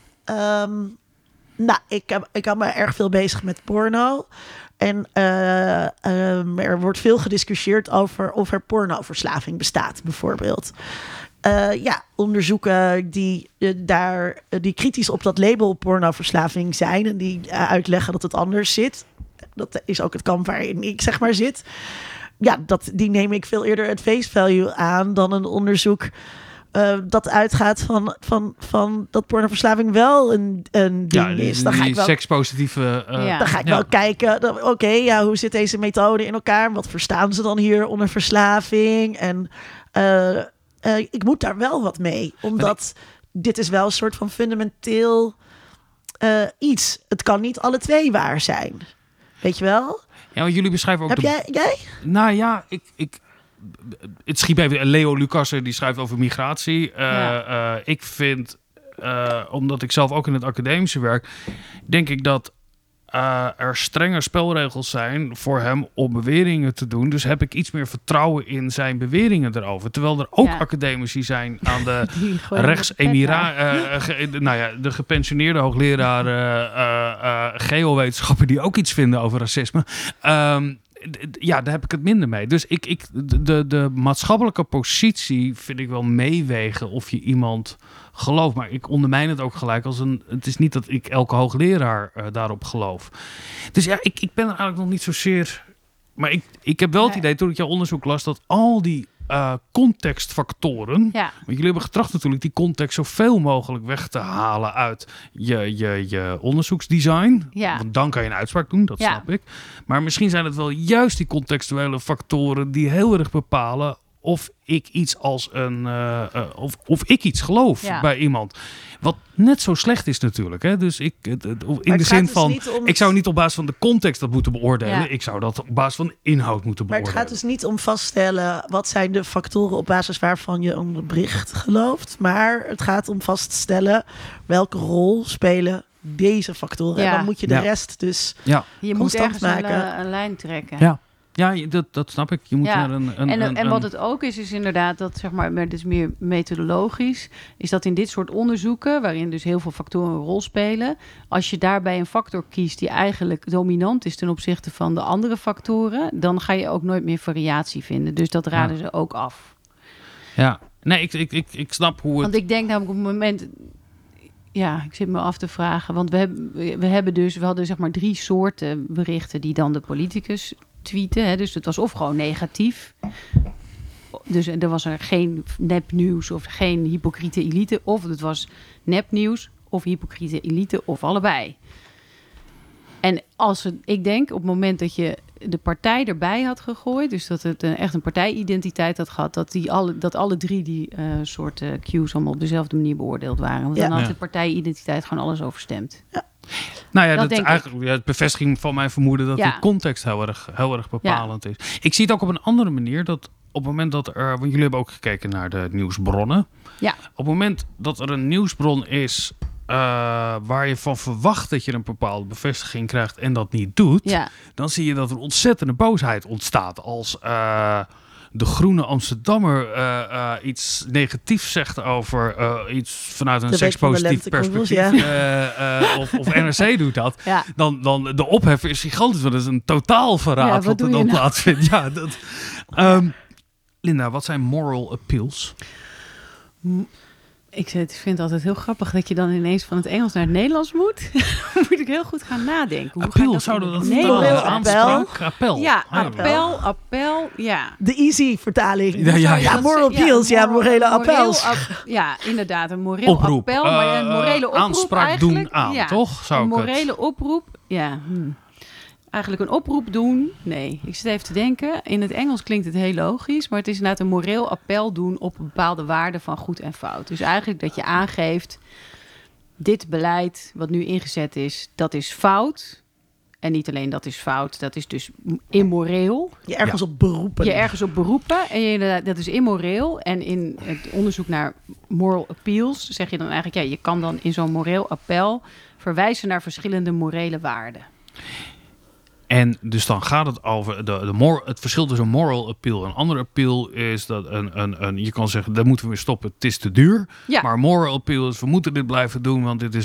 ik hou me erg veel bezig met porno. En er wordt veel gediscussieerd over of er pornoverslaving bestaat, bijvoorbeeld. Onderzoeken die kritisch op dat label pornoverslaving zijn en die uitleggen dat het anders zit. Dat is ook het kamp waarin ik zeg maar zit. Ja, die neem ik veel eerder het face value aan dan een onderzoek dat uitgaat van dat pornoverslaving wel een ding is. Dan ga ik wel sekspositieve. Dan ga ik wel kijken. Oké, hoe zit deze methode in elkaar? Wat verstaan ze dan hier onder verslaving? En ik moet daar wel wat mee, omdat dit is wel een soort van fundamenteel iets. Het kan niet alle twee waar zijn. Weet je wel? Ja, want jullie beschrijven ook... Heb jij? Nou ja, het schiep even... Leo Lucassen, die schrijft over migratie. Ik vind, omdat ik zelf ook in het academische werk, denk ik dat er strenge spelregels zijn voor hem om beweringen te doen. Dus heb ik iets meer vertrouwen in zijn beweringen erover. Terwijl er ook academici zijn aan de de gepensioneerde hoogleraar geowetenschappen die ook iets vinden over racisme. Daar heb ik het minder mee. Dus de maatschappelijke positie vind ik wel meewegen of je iemand gelooft. Maar ik ondermijn het ook gelijk als het is niet dat ik elke hoogleraar daarop geloof. Dus ja, ik ben er eigenlijk nog niet zozeer... Maar ik heb wel het idee, toen ik jouw onderzoek las, dat al die contextfactoren... Want jullie hebben getracht natuurlijk die context zoveel mogelijk weg te halen uit je onderzoeksdesign. Ja. Want dan kan je een uitspraak doen, dat snap ik. Maar misschien zijn het wel juist die contextuele factoren die heel erg bepalen of ik iets als of ik iets geloof bij iemand. Wat net zo slecht is natuurlijk. Hè? Dus in de zin van, ik zou niet op basis van de context dat moeten beoordelen. Ja. Ik zou dat op basis van inhoud moeten beoordelen. Maar het gaat dus niet om vaststellen wat zijn de factoren op basis waarvan je een bericht gelooft. Maar het gaat om vaststellen welke rol spelen deze factoren. Ja. En dan moet je de rest dus je moet ergens maken. Een lijn trekken. Ja. Ja, dat snap ik. Je moet Ja. er En wat het ook is inderdaad dat, zeg maar het is meer methodologisch, is dat in dit soort onderzoeken, waarin dus heel veel factoren een rol spelen, als je daarbij een factor kiest die eigenlijk dominant is ten opzichte van de andere factoren, dan ga je ook nooit meer variatie vinden. Dus dat raden ze ook af. Ja, nee, ik snap hoe het... Want ik denk namelijk op het moment... Ja, ik zit me af te vragen. Want we hadden zeg maar 3 soorten berichten die dan de politicus tweeten. Hè? Dus het was of gewoon negatief. Dus er was er geen nepnieuws of geen hypocriete elite. Of het was nepnieuws of hypocriete elite of allebei. En ik denk op het moment dat je de partij erbij had gegooid, dus dat het echt een partijidentiteit had gehad, dat alle 3 die soorten cues allemaal op dezelfde manier beoordeeld waren. Want dan had de partijidentiteit gewoon alles overstemd. Ja. Nou ja, dat is eigenlijk het bevestiging van mijn vermoeden dat die context heel erg bepalend is. Ik zie het ook op een andere manier dat op het moment dat er, want jullie hebben ook gekeken naar de nieuwsbronnen. Ja. Op het moment dat er een nieuwsbron is waar je van verwacht dat je een bepaalde bevestiging krijgt en dat niet doet, dan zie je dat er ontzettende boosheid ontstaat als de Groene Amsterdammer iets negatiefs zegt over iets vanuit een sekspositief perspectief. Of NRC doet dat. Ja. Dan de ophef is gigantisch. Want dat is een totaal verraad wat er dan plaatsvindt. Ja, Linda, wat zijn moral appeals? Ik vind het altijd heel grappig dat je dan ineens van het Engels naar het Nederlands moet. Moet ik heel goed gaan nadenken. Appeal, zouden dat vertalen? Aanspraak, appel. Ja, appel, ja. De easy vertaling. Ja, moral appeals, morele appels. Ja, inderdaad, een moreel appel, maar een morele oproep aanspraak eigenlijk. Doen aan, toch? Een morele oproep, ja. Eigenlijk een oproep doen. Nee, ik zit even te denken. In het Engels klinkt het heel logisch, maar het is inderdaad een moreel appel doen op een bepaalde waarde van goed en fout. Dus eigenlijk dat je aangeeft, dit beleid wat nu ingezet is, dat is fout. En niet alleen dat is fout, dat is dus immoreel. Je ergens op beroepen. En dat is immoreel. En in het onderzoek naar moral appeals zeg je dan eigenlijk, je kan dan in zo'n moreel appel verwijzen naar verschillende morele waarden. En dus dan gaat het over het verschil tussen een moral appeal en een ander appeal is dat je kan zeggen, daar moeten we weer stoppen, het is te duur. Ja. Maar moral appeal is, we moeten dit blijven doen, want dit is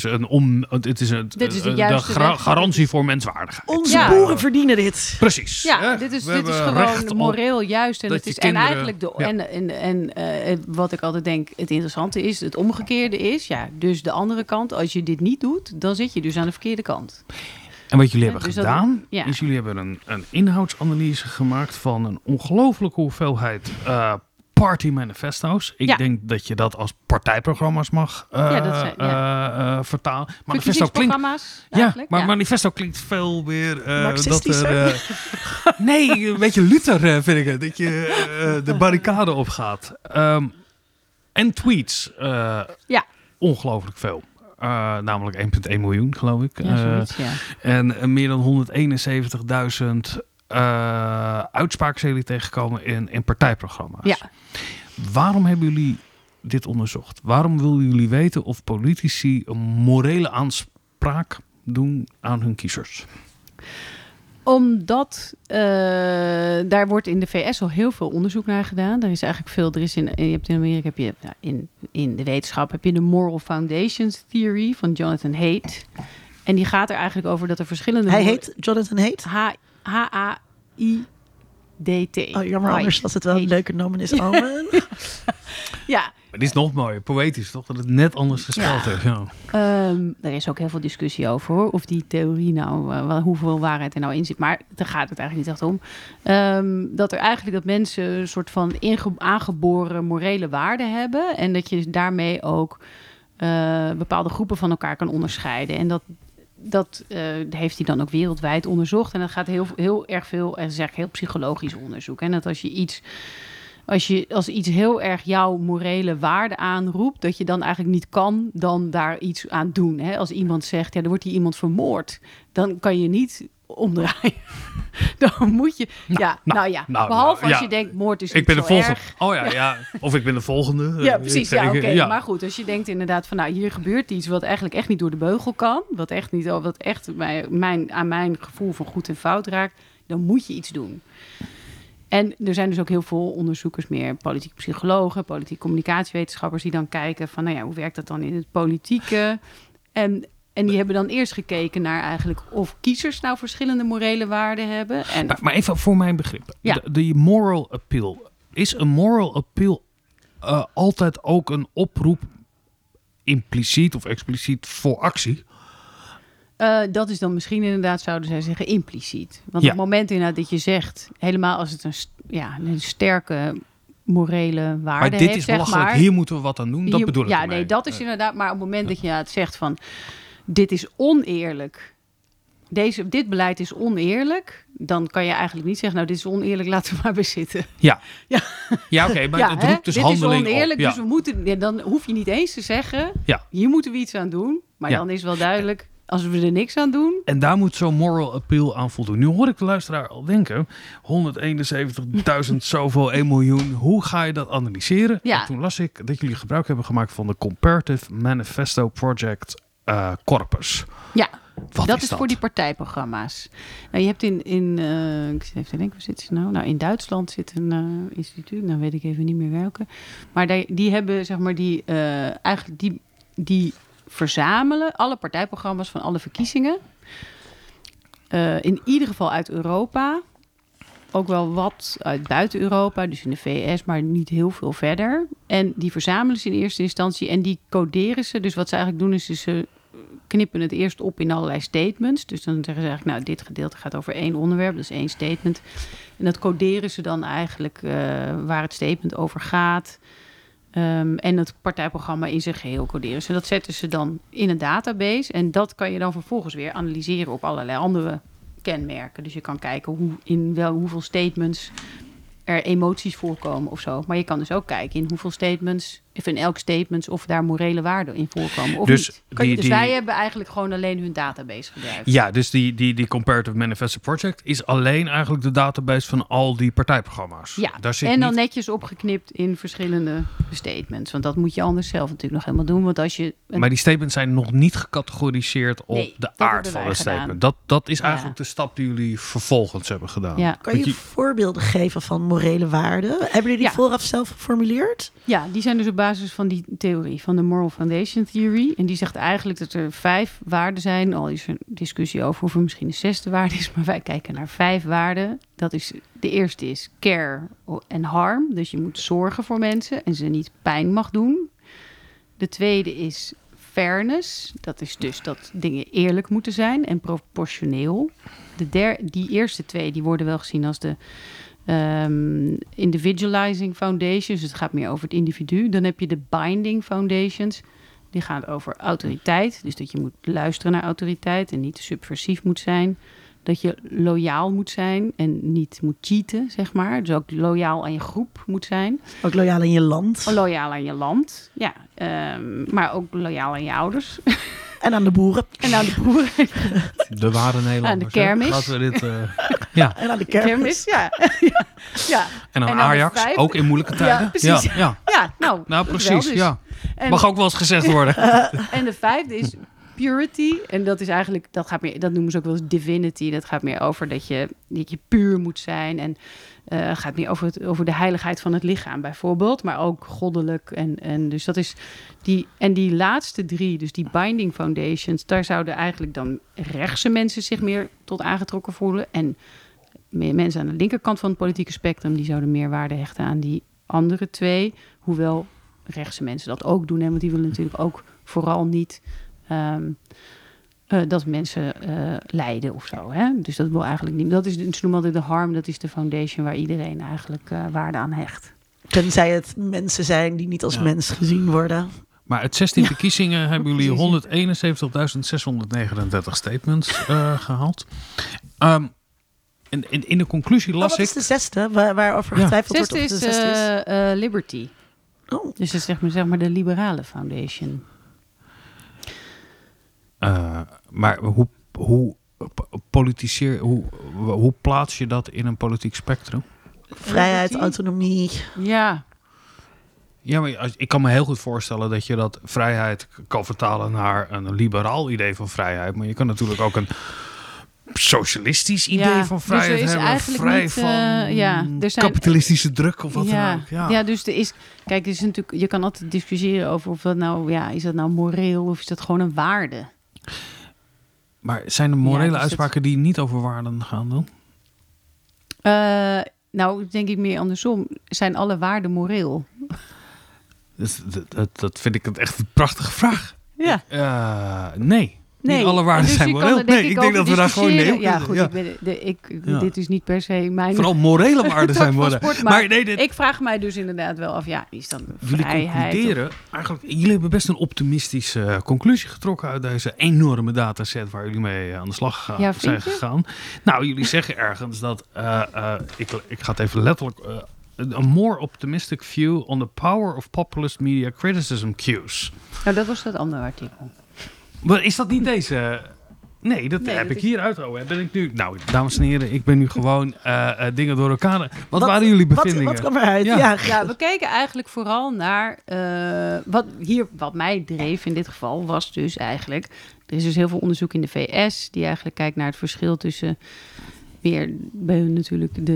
de garantie voor menswaardigheid. Onze boeren verdienen dit. Precies. Ja, dit is gewoon moreel juist. En, het is, kinderen, en eigenlijk wat ik altijd denk, het interessante is, het omgekeerde is, dus de andere kant, als je dit niet doet, dan zit je dus aan de verkeerde kant. En wat jullie hebben gedaan, is jullie hebben een inhoudsanalyse gemaakt van een ongelooflijke hoeveelheid party manifesto's. Ik denk dat je dat als partijprogramma's mag vertalen. Manifesto klinkt, maar manifesto klinkt veel meer nee, een beetje Luther vind ik het. Dat je de barricade opgaat. En tweets. Ongelooflijk veel. Namelijk 1,1 miljoen, geloof ik. En meer dan 171.000 uitspraken zijn jullie tegengekomen in partijprogramma's. Ja. Waarom hebben jullie dit onderzocht? Waarom willen jullie weten of politici een morele aanspraak doen aan hun kiezers? Omdat daar wordt in de VS al heel veel onderzoek naar gedaan. Er is eigenlijk veel. Je hebt in Amerika in de wetenschap heb je de Moral Foundations Theory van Jonathan Haidt. En die gaat er eigenlijk over dat er verschillende. Hij heet Jonathan Haidt? H-A-I-D-T. Oh, jammer, anders was het wel een leuke nomen. Ja. Maar dit is nog mooier, poëtisch toch? Dat het net anders gespeld is. Ja. Er is ook heel veel discussie over hoor. Of die theorie nou, hoeveel waarheid er nou in zit. Maar daar gaat het eigenlijk niet echt om. Dat mensen een soort van aangeboren morele waarden hebben. En dat je daarmee ook bepaalde groepen van elkaar kan onderscheiden. En dat heeft hij dan ook wereldwijd onderzocht. En dat gaat heel erg veel, en dat is eigenlijk heel psychologisch onderzoek. En dat als iets heel erg jouw morele waarde aanroept, dat je dan eigenlijk niet kan dan daar iets aan doen. Hè? Als iemand zegt, er wordt hier iemand vermoord, dan kan je niet omdraaien. Dan moet je... behalve als je denkt, moord is niet zo erg. Oh ja. Of ik ben de volgende. Ja, precies. Oké. Maar goed, als je denkt inderdaad van, hier gebeurt iets wat eigenlijk echt niet door de beugel kan, wat echt aan mijn gevoel van goed en fout raakt, dan moet je iets doen. En er zijn dus ook heel veel onderzoekers, meer politieke psychologen, politieke communicatiewetenschappers, die dan kijken van, nou ja, hoe werkt dat dan in het politieke? En die hebben dan eerst gekeken naar eigenlijk of kiezers nou verschillende morele waarden hebben. En Maar even voor mijn begrip. Ja. De moral appeal. Is een moral appeal altijd ook een oproep, impliciet of expliciet, voor actie? dat is dan misschien inderdaad, zouden zij zeggen, impliciet. Want Ja. op het moment inderdaad dat je zegt, helemaal als het een sterke morele waarde Maar dit heeft, is zeg belachelijk, maar, hier moeten we wat aan doen. Dat bedoel ik Ja, ermee. nee, dat is inderdaad. Maar op het moment dat je het zegt van, dit is oneerlijk. Dit beleid is oneerlijk. Dan kan je eigenlijk niet zeggen, nou, dit is oneerlijk, laten we maar bezitten. Ja, Ja. ja oké, maar het hè? roept dus dit handeling is oneerlijk, op. Ja. dus we moeten, dan hoef je niet eens te zeggen, Ja. hier moeten we iets aan doen. Maar Ja. dan is wel duidelijk, als we er niks aan doen. En daar moet zo'n moral appeal aan voldoen. Nu hoor ik de luisteraar al denken, 171.000 zoveel, 1 miljoen. Hoe ga je dat analyseren? Ja. En toen las ik dat jullie gebruik hebben gemaakt van de Comparative Manifesto Project Corpus. Ja, Wat dat is is dat? voor die partijprogramma's. Nou, je hebt ik zit even te denken, waar zitten ze nou? Nou, in Duitsland zit een instituut, nou weet ik even niet meer welke. Maar die hebben, zeg maar, die verzamelen alle partijprogramma's van alle verkiezingen. In ieder geval uit Europa. Ook wel wat uit buiten Europa, dus in de VS, maar niet heel veel verder. En die verzamelen ze in eerste instantie en die coderen ze. Dus wat ze eigenlijk doen is ze knippen het eerst op in allerlei statements. Dus dan zeggen ze eigenlijk, nou, dit gedeelte gaat over 1 onderwerp, dat is 1 statement. En dat coderen ze dan eigenlijk waar het statement over gaat. En het partijprogramma in zijn geheel coderen ze. Dat zetten ze dan in een database. En dat kan je dan vervolgens weer analyseren op allerlei andere kenmerken. Dus je kan kijken hoeveel statements er emoties voorkomen of zo. Maar je kan dus ook kijken in hoeveel statements, of in elk statement, of daar morele waarden in voorkomen of Dus niet. Dus wij hebben eigenlijk gewoon alleen hun database gebruikt. Ja, dus die Comparative Manifesto Project is alleen eigenlijk de database van al die partijprogramma's. Ja, Daar zit en dan niet... netjes opgeknipt in verschillende statements. Want dat moet je anders zelf natuurlijk nog helemaal doen. Want als je Maar die statements zijn nog niet gecategoriseerd op Nee, de dat aard hebben van wij het gedaan. statement. Dat is Ja. eigenlijk de stap die jullie vervolgens hebben gedaan. Ja. Kan je voorbeelden geven van morele waarden? Hebben jullie die Ja. vooraf zelf geformuleerd? Ja, die zijn dus op basis van die theorie, van de Moral Foundation Theory. En die zegt eigenlijk dat er 5 waarden zijn. Al is er een discussie over of er misschien een 6e waarde is. Maar wij kijken naar 5 waarden. De eerste is care en harm. Dus je moet zorgen voor mensen en ze niet pijn mag doen. De tweede is fairness. Dat is dus dat dingen eerlijk moeten zijn en proportioneel. Die eerste 2 die worden wel gezien als de individualizing foundations. Dus het gaat meer over het individu. Dan heb je de binding foundations. Die gaan over autoriteit. Dus dat je moet luisteren naar autoriteit en niet subversief moet zijn. Dat je loyaal moet zijn en niet moet cheaten, zeg maar. Dus ook loyaal aan je groep moet zijn. Ook loyaal in je land. Loyaal aan je land, ja. Maar ook loyaal aan je ouders. En aan de boeren. En aan de boeren. De ware Nederlanders. Aan de kermis. hè? Laten we dit... ja. En aan de kermis. Kermis, ja. ja. En aan En aan de Ajax, 5. ook in moeilijke tijden. precies. Ja. Ja, nou Nou, dat precies, wel dus. ja. En, Mag ook wel eens gezegd worden. en de 5e is purity. En dat is eigenlijk, dat noemen ze ook wel eens divinity. Dat gaat meer over dat je puur moet zijn. En gaat meer over de heiligheid van het lichaam bijvoorbeeld. Maar ook goddelijk. En dus dat is die laatste 3, dus die binding foundations. Daar zouden eigenlijk dan rechtse mensen zich meer tot aangetrokken voelen. En meer mensen aan de linkerkant van het politieke spectrum, die zouden meer waarde hechten aan die andere 2. Hoewel rechtse mensen dat ook doen. Hè, want die willen natuurlijk ook vooral niet dat mensen lijden of zo. Hè? Dus dat wil eigenlijk niet. Dat is, ze noemen altijd de harm, dat is de foundation waar iedereen eigenlijk waarde aan hecht. Tenzij het mensen zijn die niet als mens gezien worden. Maar uit 16 verkiezingen hebben jullie Precies. 171.639 statements gehaald. In de conclusie las Wat ik... is de 6e waarover getwijfeld wordt of 6e het is de 6e is? liberty. Oh. Dus dat is zeg maar de liberale foundation. Maar hoe plaats je dat in een politiek spectrum? Vrijheid, Liberty? autonomie. Ja. Ja, maar ik kan me heel goed voorstellen dat je dat vrijheid kan vertalen naar een liberaal idee van vrijheid. Maar je kan natuurlijk ook socialistisch idee Ja, van dus vrijheid er is hebben. eigenlijk Vrij niet, van er zijn- kapitalistische druk of wat ja, dan ook. Ja. dus er is... Kijk, er is natuurlijk, je kan altijd discussiëren over of dat nou... Ja, is dat nou moreel of is dat gewoon een waarde? Maar zijn er morele Ja, dus uitspraken die niet over waarden gaan dan? Nou, denk ik meer andersom. Zijn alle waarden moreel? Dus dat vind ik echt een prachtige vraag. Ja. Nee. Niet alle waarden dus zijn je kan moreel. er denk Nee, ik denk over dat we daar gewoon discussiëren. nee op Ja, goed. kunnen. Ja. Dit is niet per se mijn... Vooral morele waarden zijn tak van moreel. sport, maar nee, ik vraag mij dus inderdaad wel af, is dan jullie vrijheid? concluderen, eigenlijk, jullie hebben best een optimistische conclusie getrokken uit deze enorme dataset waar jullie mee aan de slag Ja, zijn vind je? gegaan. Nou, jullie zeggen ergens dat, ik ga het even letterlijk, a more optimistic view on the power of populist media criticism cues. Nou, dat was dat andere artikel. Maar is dat niet deze? Nee, dat heb ik hier uit. Ben ik nu? Nou, dames en heren, ik ben nu gewoon dingen door elkaar. Wat waren jullie bevindingen? Wat kwam eruit? Ja. Ja, we keken eigenlijk vooral naar... wat mij dreef in dit geval was dus eigenlijk... Er is dus heel veel onderzoek in de VS... die eigenlijk kijkt naar het verschil tussen... weer bij hun natuurlijk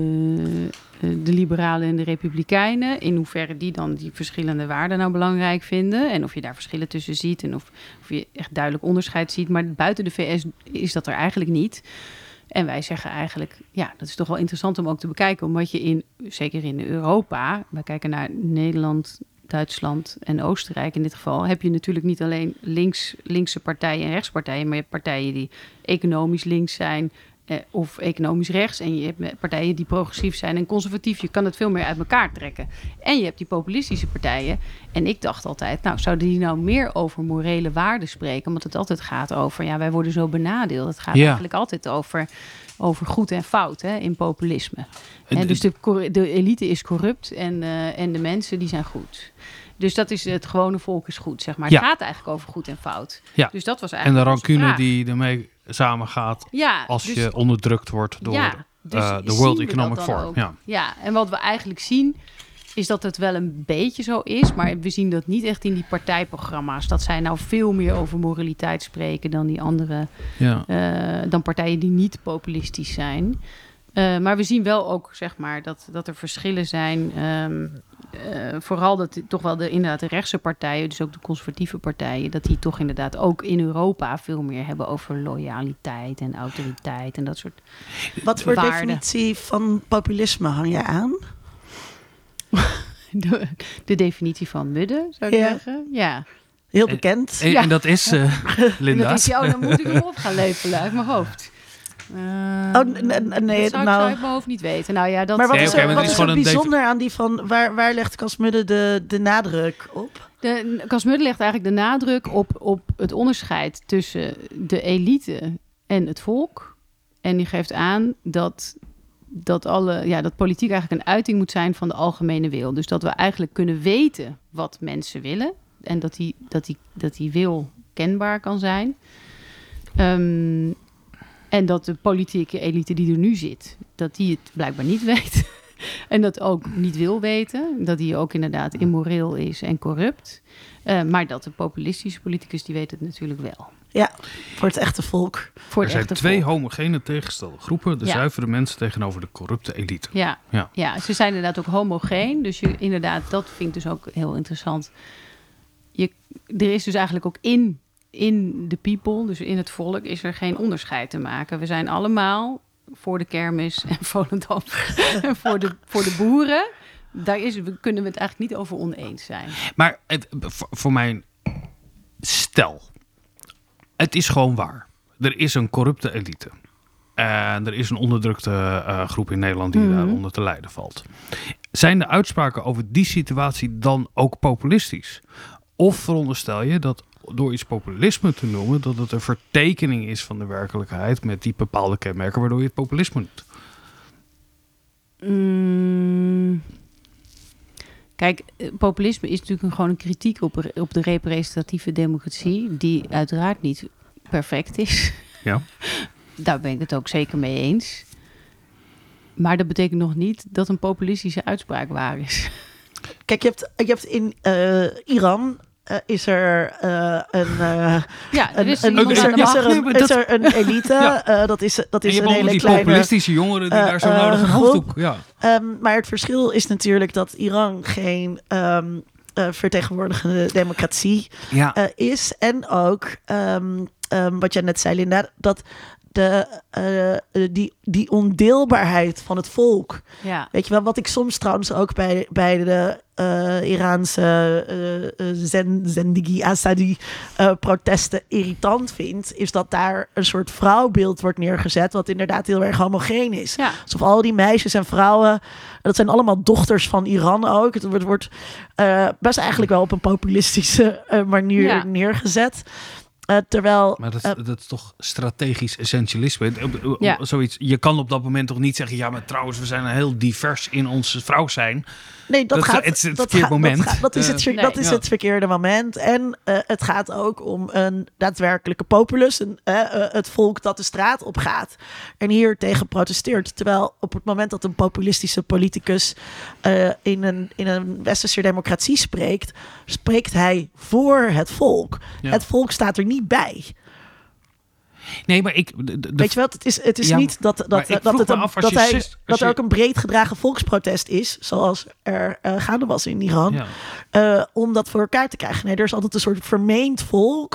de liberalen en de republikeinen. In hoeverre die dan die verschillende waarden nou belangrijk vinden. En of je daar verschillen tussen ziet. En of je echt duidelijk onderscheid ziet. Maar buiten de VS is dat er eigenlijk niet. En wij zeggen eigenlijk, dat is toch wel interessant om ook te bekijken. Omdat je zeker in Europa, wij kijken naar Nederland, Duitsland en Oostenrijk in dit geval, heb je natuurlijk niet alleen linkse partijen en rechtspartijen, maar je hebt partijen die economisch links zijn of economisch rechts. En je hebt partijen die progressief zijn en conservatief. Je kan het veel meer uit elkaar trekken. En je hebt die populistische partijen. En ik dacht altijd, zouden die nou meer over morele waarden spreken? Omdat het altijd gaat over, wij worden zo benadeeld. Het gaat eigenlijk altijd over goed en fout in populisme. En dus de elite is corrupt en de mensen die zijn goed. Dus dat is het gewone volk is goed, zeg maar. Het gaat eigenlijk over goed en fout. Ja. Dus dat was eigenlijk en de rancune die ermee samengaat als dus, je onderdrukt wordt door de World Economic Forum. Ja, en wat we eigenlijk zien is dat het wel een beetje zo is, maar we zien dat niet echt in die partijprogramma's. Dat zij nou veel meer over moraliteit spreken dan die andere, dan partijen die niet populistisch zijn. Maar we zien wel ook, zeg maar, dat er verschillen zijn. Vooral dat toch wel inderdaad de rechtse partijen, dus ook de conservatieve partijen, dat die toch inderdaad ook in Europa veel meer hebben over loyaliteit en autoriteit en dat soort Wat voor waarden. definitie van populisme hang je aan? De definitie van Mudde, zou ik zeggen. Ja. Heel bekend. En dat is Linda. Dat is dan moet ik hem op gaan lepelen uit mijn hoofd. Nee, dat zou ik uit mijn hoofd niet weten. Nou ja, dat... Maar wat Nee, is oké, er, maar wat het is is er gewoon een bijzonder aan die van... Waar legt Cas Mudde de nadruk op? Cas Mudde legt eigenlijk de nadruk op het onderscheid tussen de elite en het volk. En die geeft aan dat politiek eigenlijk een uiting moet zijn van de algemene wil. Dus dat we eigenlijk kunnen weten wat mensen willen. En dat die wil kenbaar kan zijn. En dat de politieke elite die er nu zit, dat die het blijkbaar niet weet. En dat ook niet wil weten. Dat die ook inderdaad immoreel is en corrupt. Maar dat de populistische politicus, die weet het natuurlijk wel. Ja, voor het echte volk. Er zijn twee homogene tegenstelde groepen. De zuivere mensen tegenover de corrupte elite. Ja, ze zijn inderdaad ook homogeen. Dus inderdaad, dat vind ik dus ook heel interessant. Er is dus eigenlijk ook in de people, dus in het volk, is er geen onderscheid te maken. We zijn allemaal voor de kermis en Volendam en voor de boeren. Kunnen we het eigenlijk niet over oneens zijn. Maar voor mijn stel, het is gewoon waar. Er is een corrupte elite. En er is een onderdrukte groep in Nederland die daaronder te lijden valt. Zijn de uitspraken over die situatie dan ook populistisch? Of veronderstel je dat door iets populisme te noemen, dat het een vertekening is van de werkelijkheid met die bepaalde kenmerken waardoor je het populisme noemt? Kijk, populisme is natuurlijk gewoon een kritiek op de representatieve democratie, die uiteraard niet perfect is. Ja. Daar ben ik het ook zeker mee eens. Maar dat betekent nog niet dat een populistische uitspraak waar is. Kijk, je hebt in Iran is er is een elite. Ja. Dat is En je een hebt allemaal hele die kleine populistische jongeren die daar zo nodig een groep. hoofddoek... Ja. Maar het verschil is natuurlijk dat Iran geen vertegenwoordigende democratie is. En ook, wat jij net zei, Linda, dat die ondeelbaarheid van het volk. Ja. Weet je wel, wat ik soms trouwens ook bij de Iraanse Zendigi Assadi protesten irritant vind, is dat daar een soort vrouwbeeld wordt neergezet, wat inderdaad heel erg homogeen is. Ja. Alsof al die meisjes en vrouwen, dat zijn allemaal dochters van Iran ook. Het wordt best eigenlijk wel op een populistische manier neergezet. Terwijl... Maar dat is toch strategisch essentialisme? Ja. Zoiets, je kan op dat moment toch niet zeggen... ja, maar trouwens, we zijn heel divers in ons vrouw zijn. Nee, dat is het verkeerde moment. Dat is het verkeerde moment. En het gaat ook om een daadwerkelijke populus. Het volk dat de straat op gaat. En hier tegen protesteert. Terwijl op het moment dat een populistische politicus in een westerse democratie spreekt hij voor het volk. Ja. Het volk staat er niet bij. Nee, maar weet je wel, het is niet dat er ook een breed gedragen volksprotest is, zoals er gaande was in Iran, om dat voor elkaar te krijgen. Nee, er is altijd een soort vermeend volk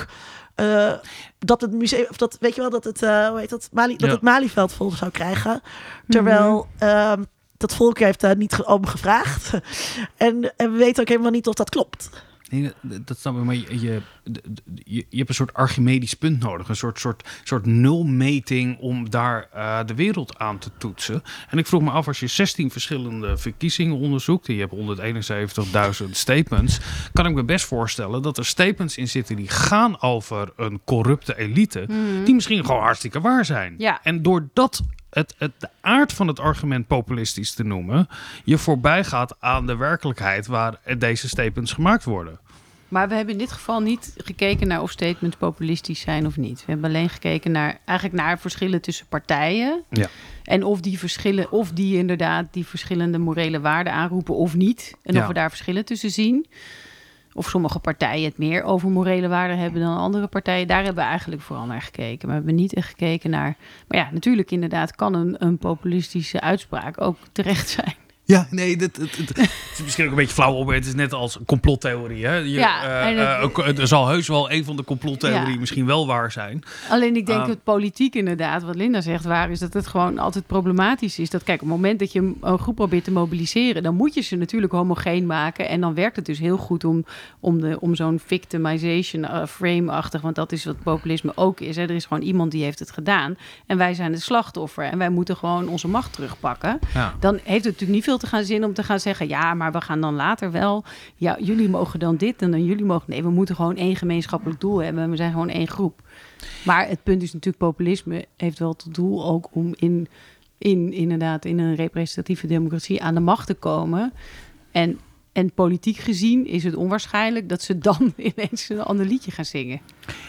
dat het museum, of dat, weet je wel, dat het het Malieveld vol zou krijgen, terwijl dat volk heeft daar niet om gevraagd en we weten ook helemaal niet of dat klopt. Nee, dat snap ik, maar je hebt een soort Archimedisch punt nodig. Een soort nulmeting om daar de wereld aan te toetsen. En ik vroeg me af, als je 16 verschillende verkiezingen onderzoekt en je hebt 171.000 statements, kan ik me best voorstellen dat er statements in zitten die gaan over een corrupte elite, die misschien gewoon hartstikke waar zijn. Ja. En doordat de aard van het argument populistisch te noemen, je voorbij gaat aan de werkelijkheid waar deze statements gemaakt worden. Maar we hebben in dit geval niet gekeken naar of statements populistisch zijn of niet. We hebben alleen gekeken naar verschillen tussen partijen. Ja. En of die inderdaad die verschillende morele waarden aanroepen of niet. En of we daar verschillen tussen zien. Of sommige partijen het meer over morele waarden hebben dan andere partijen. Daar hebben we eigenlijk vooral naar gekeken. Maar we hebben niet echt gekeken naar... Maar ja, natuurlijk inderdaad kan een populistische uitspraak ook terecht zijn. Ja, nee, het is misschien ook een beetje flauw op. Het is net als complottheorie. Hè? Er zal heus wel een van de complottheorieën misschien wel waar zijn. Alleen ik denk het politiek inderdaad, wat Linda zegt, waar is dat het gewoon altijd problematisch is. Dat kijk, op het moment dat je een groep probeert te mobiliseren, dan moet je ze natuurlijk homogeen maken. En dan werkt het dus heel goed om zo'n victimization frame-achtig, want dat is wat populisme ook is. Hè? Er is gewoon iemand die heeft het gedaan. En wij zijn het slachtoffer. En wij moeten gewoon onze macht terugpakken. Ja. Dan heeft het natuurlijk niet veel te gaan zin om te gaan zeggen, ja, maar we gaan dan later wel, ja, jullie mogen dan dit en dan jullie mogen... Nee, we moeten gewoon één gemeenschappelijk doel hebben en we zijn gewoon één groep. Maar het punt is natuurlijk, populisme heeft wel tot doel ook om inderdaad in een representatieve democratie aan de macht te komen. En politiek gezien is het onwaarschijnlijk dat ze dan ineens een ander liedje gaan zingen.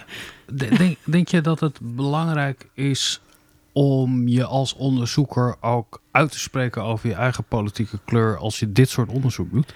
Denk je dat het belangrijk is om je als onderzoeker ook uit te spreken over je eigen politieke kleur als je dit soort onderzoek doet?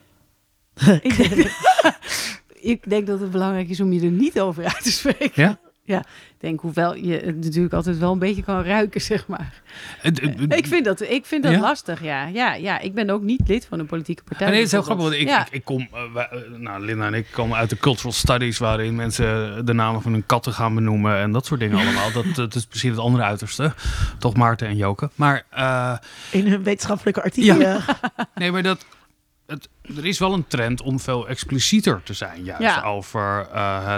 Ik denk dat het belangrijk is om je er niet over uit te spreken. Ja? Ja, ik denk hoewel je het natuurlijk altijd wel een beetje kan ruiken, zeg maar. Ik vind dat lastig, ja. Ik ben ook niet lid van een politieke partij. Nee, het is heel grappig, want ik kom... Linda en ik komen uit de cultural studies, waarin mensen de namen van hun katten gaan benoemen en dat soort dingen allemaal. Dat is precies het andere uiterste. Toch Maarten en Joke. Maar... in hun wetenschappelijke artikelen. Ja. Nee, maar er is wel een trend om veel explicieter te zijn, juist over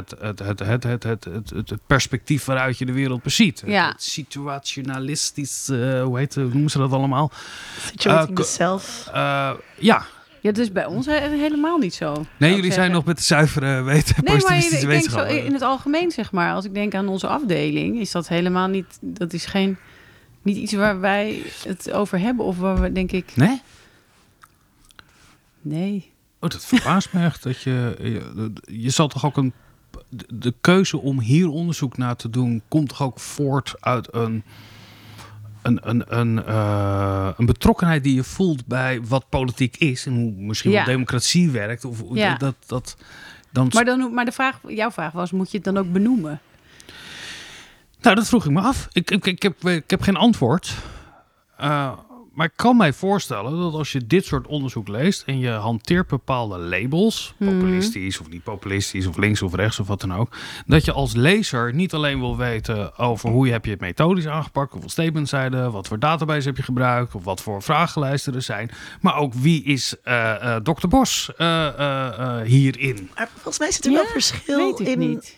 het perspectief waaruit je de wereld beziet. Ja. Het situationalistisch, hoe noemen ze dat allemaal? Situating the self. Ja, dat is bij ons helemaal niet zo. Nee, jullie zijn nog met de zuivere positivistische wetenschap. Denk zo in het algemeen, zeg maar, als ik denk aan onze afdeling, is dat helemaal niet, dat is niet iets waar wij het over hebben of waar we, denk ik... Nee. Oh, dat verbaast me echt. Dat je zal toch ook de keuze om hier onderzoek naar te doen, komt toch ook voort uit een betrokkenheid die je voelt bij wat politiek is en hoe misschien wel democratie werkt. Of Maar jouw vraag was, moet je het dan ook benoemen? Nou, dat vroeg ik me af. Ik heb geen antwoord. Maar ik kan mij voorstellen dat als je dit soort onderzoek leest en je hanteert bepaalde labels, populistisch of niet populistisch of links of rechts of wat dan ook, dat je als lezer niet alleen wil weten over hoe je hebt je het methodisch aangepakt, hoeveel statements zijn er, wat voor database heb je gebruikt of wat voor vragenlijsten er zijn, maar ook wie is Dr. Bos hierin. Maar volgens mij zit er wel verschil in niet.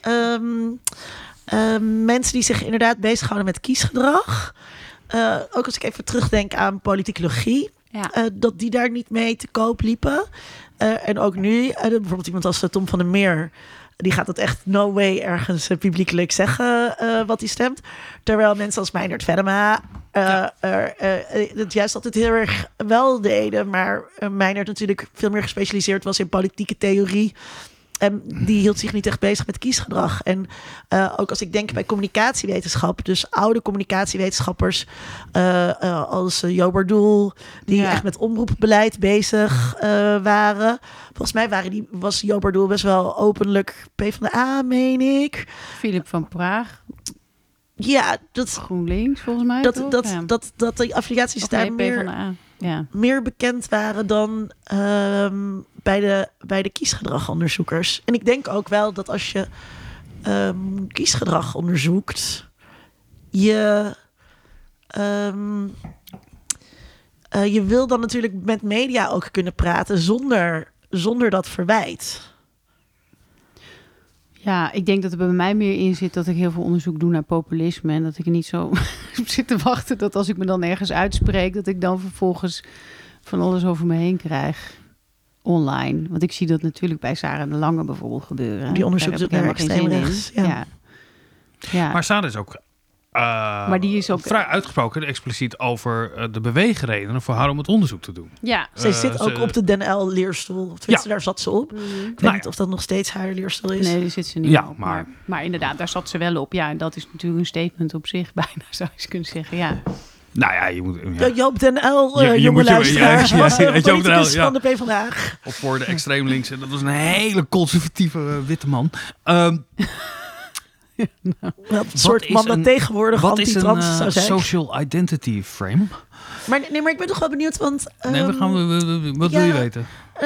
Mensen die zich inderdaad bezighouden met kiesgedrag. Ook als ik even terugdenk aan politicologie. Ja. Dat die daar niet mee te koop liepen. En ook nu, bijvoorbeeld iemand als Tom van der Meer. Die gaat dat echt no way ergens publiekelijk zeggen wat hij stemt. Terwijl mensen als Meijnerd Venema het juist altijd heel erg wel deden. Maar Meijnerd natuurlijk veel meer gespecialiseerd was in politieke theorie. En die hield zich niet echt bezig met kiesgedrag. En ook als ik denk bij communicatiewetenschap, dus oude communicatiewetenschappers als Jo Bardoel, die echt met omroepbeleid bezig waren. Volgens mij was Jo Bardoel best wel openlijk PvdA, meen ik. Philip van Praag. Ja, dat GroenLinks volgens mij. Dat de affiliaties daar meer bekend waren dan bij de kiesgedragonderzoekers. En ik denk ook wel dat als je kiesgedrag onderzoekt, je wil dan natuurlijk met media ook kunnen praten zonder dat verwijt. Ja, ik denk dat er bij mij meer in zit dat ik heel veel onderzoek doe naar populisme. En dat ik er niet zo zit te wachten dat als ik me dan ergens uitspreek, dat ik dan vervolgens van alles over me heen krijg. Online. Want ik zie dat natuurlijk bij Sarah de Lange bijvoorbeeld gebeuren. Die onderzoekt het naar extreem rechts. Ja. Maar Sarah is ook... maar die is ook vrij uitgesproken expliciet over de beweegredenen voor haar om het onderzoek te doen. Ja. Zij zit ook op de Den L leerstoel. Tenminste, daar zat ze op. Ik weet niet of dat nog steeds haar leerstoel is. Nee, daar zit ze niet op. Maar inderdaad, daar zat ze wel op. Ja, en dat is natuurlijk een statement op zich bijna, zou je kunnen zeggen. Ja. Nou ja, je moet... Joop den L, jonge luisteraar. Joop den L, van de PvdA. Of voor de extreem links. En dat was een hele conservatieve witte man. Een soort man dat tegenwoordig anti-trans zou zijn. Social identity frame? Maar ik ben toch wel benieuwd, want... wat wil je weten?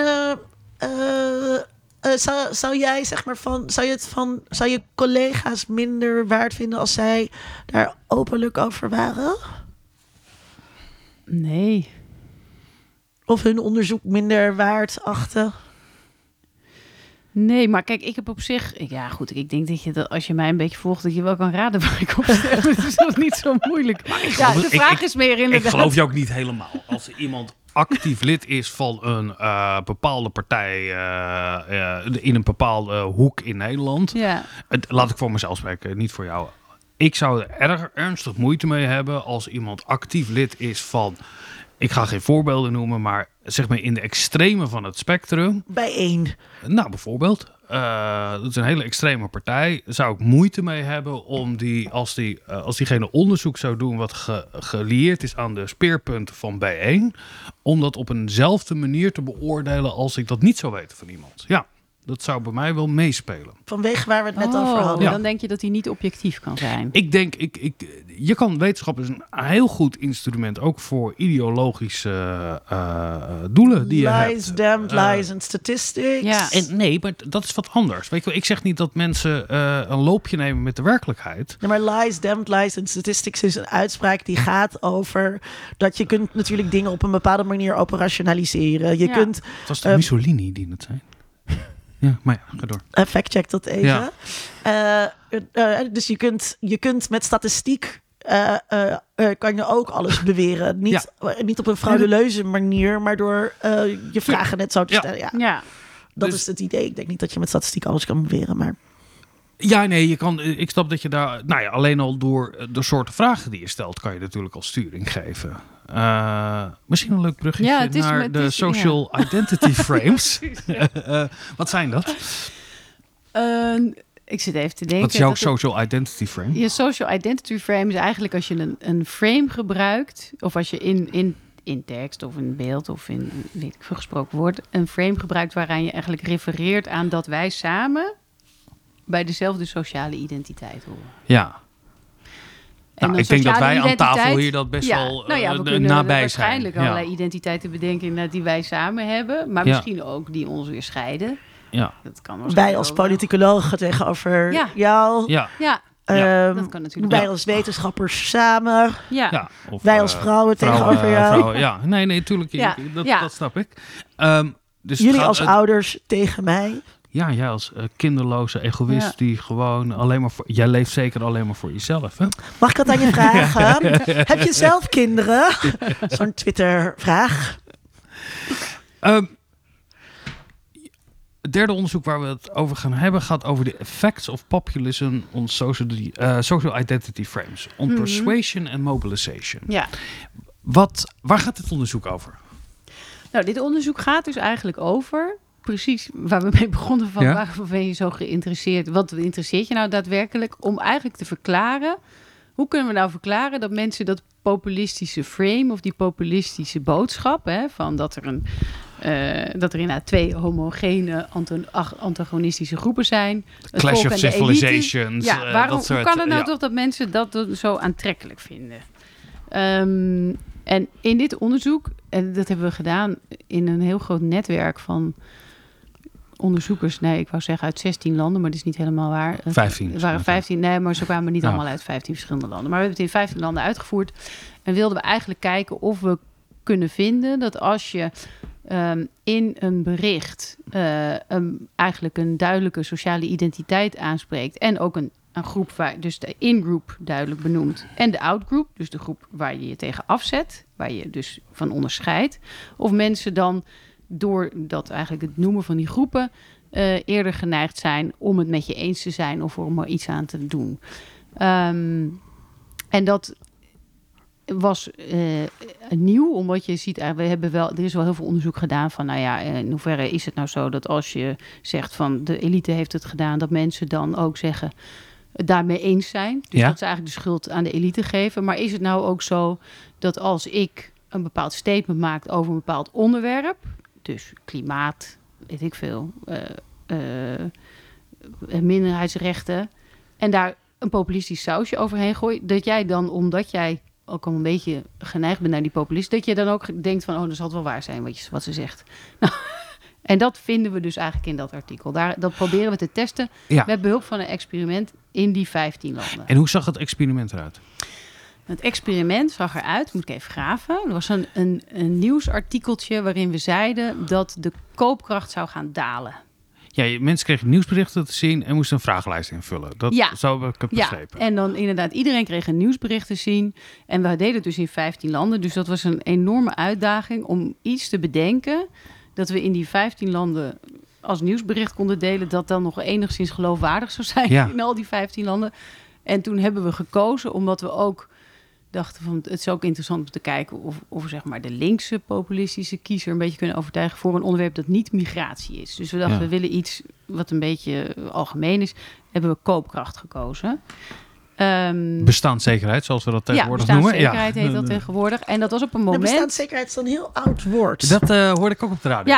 Zou jij zeg maar zou je collega's minder waard vinden als zij daar openlijk over waren? Nee. Of hun onderzoek minder waard achten? Nee, maar kijk, ik heb op zich... Ja, goed, ik denk dat als je mij een beetje volgt, dat je wel kan raden waar ik op stem. Het is toch niet zo moeilijk. De vraag is meer inderdaad... Ik geloof je ook niet helemaal. Als iemand actief lid is van een bepaalde partij in een bepaalde hoek in Nederland. Ja. Laat ik voor mezelf spreken, niet voor jou. Ik zou er ernstig moeite mee hebben als iemand actief lid is van... Ik ga geen voorbeelden noemen, maar zeg maar in de extreme van het spectrum. Bijeen. Nou, bijvoorbeeld. Dat is een hele extreme partij. Zou ik moeite mee hebben om als diegene onderzoek zou doen wat gelieerd is aan de speerpunten van bijeen, om dat op eenzelfde manier te beoordelen als ik dat niet zou weten van iemand. Ja. Dat zou bij mij wel meespelen. Vanwege waar we het net over hadden. Ja. Dan denk je dat hij niet objectief kan zijn. Ik denk, wetenschap is een heel goed instrument ook voor ideologische doelen die je hebt. Lies, damned lies en statistics. Ja. Nee, maar dat is wat anders. Weet je wel, ik zeg niet dat mensen een loopje nemen met de werkelijkheid. Nee, maar lies, damned lies en statistics is een uitspraak die gaat over dat je kunt natuurlijk dingen op een bepaalde manier operationaliseren. Je kunt... Het was de Mussolini die het zei. Ja, maar ja, ga door. Fact-check dat even. Ja. Dus je kunt met statistiek kan je ook alles beweren. Niet op een frauduleuze manier, maar door je vragen net zo te stellen. Ja. Dat is het idee. Ik denk niet dat je met statistiek alles kan beweren, maar... Ja, nee, ik snap dat je daar... Nou ja, alleen al door de soorten vragen die je stelt, kan je natuurlijk al sturing geven. Misschien een leuk bruggetje naar de social identity frames. Wat zijn dat? Ik zit even te denken. Wat is jouw social identity frame? Je social identity frame is eigenlijk als je een frame gebruikt, of als je in tekst of in beeld of in weet ik veel gesproken woord, een frame gebruikt waaraan je eigenlijk refereert aan dat wij samen bij dezelfde sociale identiteit horen. Ja. En Nou, ik denk dat wij aan tafel hier dat best wel we kunnen nabij waarschijnlijk zijn. allerlei identiteiten bedenken inderdaad, die wij samen hebben, maar misschien ook die ons weer scheiden. Ja. Dat kan Wij als politicologen tegenover jou. Ja. Dat kan natuurlijk. Wij als wetenschappers samen. Ja. Of, wij als vrouwen tegenover jou. Vrouwen, nee, tuurlijk. Dat snap ik. Dus jullie als ouders tegen mij. Ja, jij als kinderloze egoïst die gewoon alleen maar voor... Jij leeft zeker alleen maar voor jezelf, hè? Mag ik dat aan je vragen? Heb je zelf kinderen? Zo'n Twitter-vraag. Het derde onderzoek waar we het over gaan hebben gaat over de effects of populism on social identity frames, on persuasion and mobilization. Ja. Waar gaat dit onderzoek over? Nou, dit onderzoek gaat dus eigenlijk over precies waar we mee begonnen van waarom ben je zo geïnteresseerd? Wat interesseert je nou daadwerkelijk? Om eigenlijk te verklaren, hoe kunnen we nou verklaren dat mensen dat populistische frame of die populistische boodschap, hè, van dat er inderdaad twee homogene antagonistische groepen zijn. Clash of Civilizations. Hoe kan het nou toch dat mensen dat zo aantrekkelijk vinden? En in dit onderzoek, en dat hebben we gedaan in een heel groot netwerk van onderzoekers, ik wou zeggen uit 16 landen, maar dat is niet helemaal waar. 15. Het waren 15, maar ze kwamen niet allemaal uit 15 verschillende landen. Maar we hebben het in 15 landen uitgevoerd en wilden we eigenlijk kijken of we kunnen vinden dat als je in een bericht eigenlijk een duidelijke sociale identiteit aanspreekt en ook een groep waar dus de in-groep duidelijk benoemt en de out-groep, dus de groep waar je je tegen afzet, waar je dus van onderscheidt, of mensen dan door dat eigenlijk het noemen van die groepen eerder geneigd zijn om het met je eens te zijn of om er iets aan te doen. En dat was nieuw, omdat je ziet, er is wel heel veel onderzoek gedaan van, in hoeverre is het nou zo dat als je zegt van de elite heeft het gedaan, dat mensen dan ook zeggen het daarmee eens zijn. Dus dat ze eigenlijk de schuld aan de elite geven. Maar is het nou ook zo dat als ik een bepaald statement maak over een bepaald onderwerp, dus klimaat, weet ik veel, minderheidsrechten, en daar een populistisch sausje overheen gooi, dat jij dan, omdat jij ook al een beetje geneigd bent naar die populist, dat je dan ook denkt van, dat zal het wel waar zijn wat ze zegt. Nou, en dat vinden we dus eigenlijk in dat artikel. Dat proberen we te testen met behulp van een experiment in die 15 landen. En hoe zag het experiment eruit? Het experiment zag eruit, moet ik even graven. Er was een nieuwsartikeltje waarin we zeiden dat de koopkracht zou gaan dalen. Ja, mensen kregen nieuwsberichten te zien en moesten een vragenlijst invullen. Zo heb ik het begrepen. En dan inderdaad, iedereen kreeg een nieuwsbericht te zien. En we deden het dus in 15 landen. Dus dat was een enorme uitdaging om iets te bedenken dat we in die 15 landen als nieuwsbericht konden delen, dat dan nog enigszins geloofwaardig zou zijn in al die 15 landen. En toen hebben we gekozen, omdat we ook dachten van het is ook interessant om te kijken of zeg maar de linkse populistische kiezer een beetje kunnen overtuigen voor een onderwerp dat niet migratie is. Dus we dachten we willen iets wat een beetje algemeen is. Hebben we koopkracht gekozen. Bestaanszekerheid, zoals we dat tegenwoordig noemen. Bestaanszekerheid heet dat tegenwoordig. En dat was op een moment. Bestaanszekerheid is dan een heel oud woord. Dat hoorde ik ook op de radio.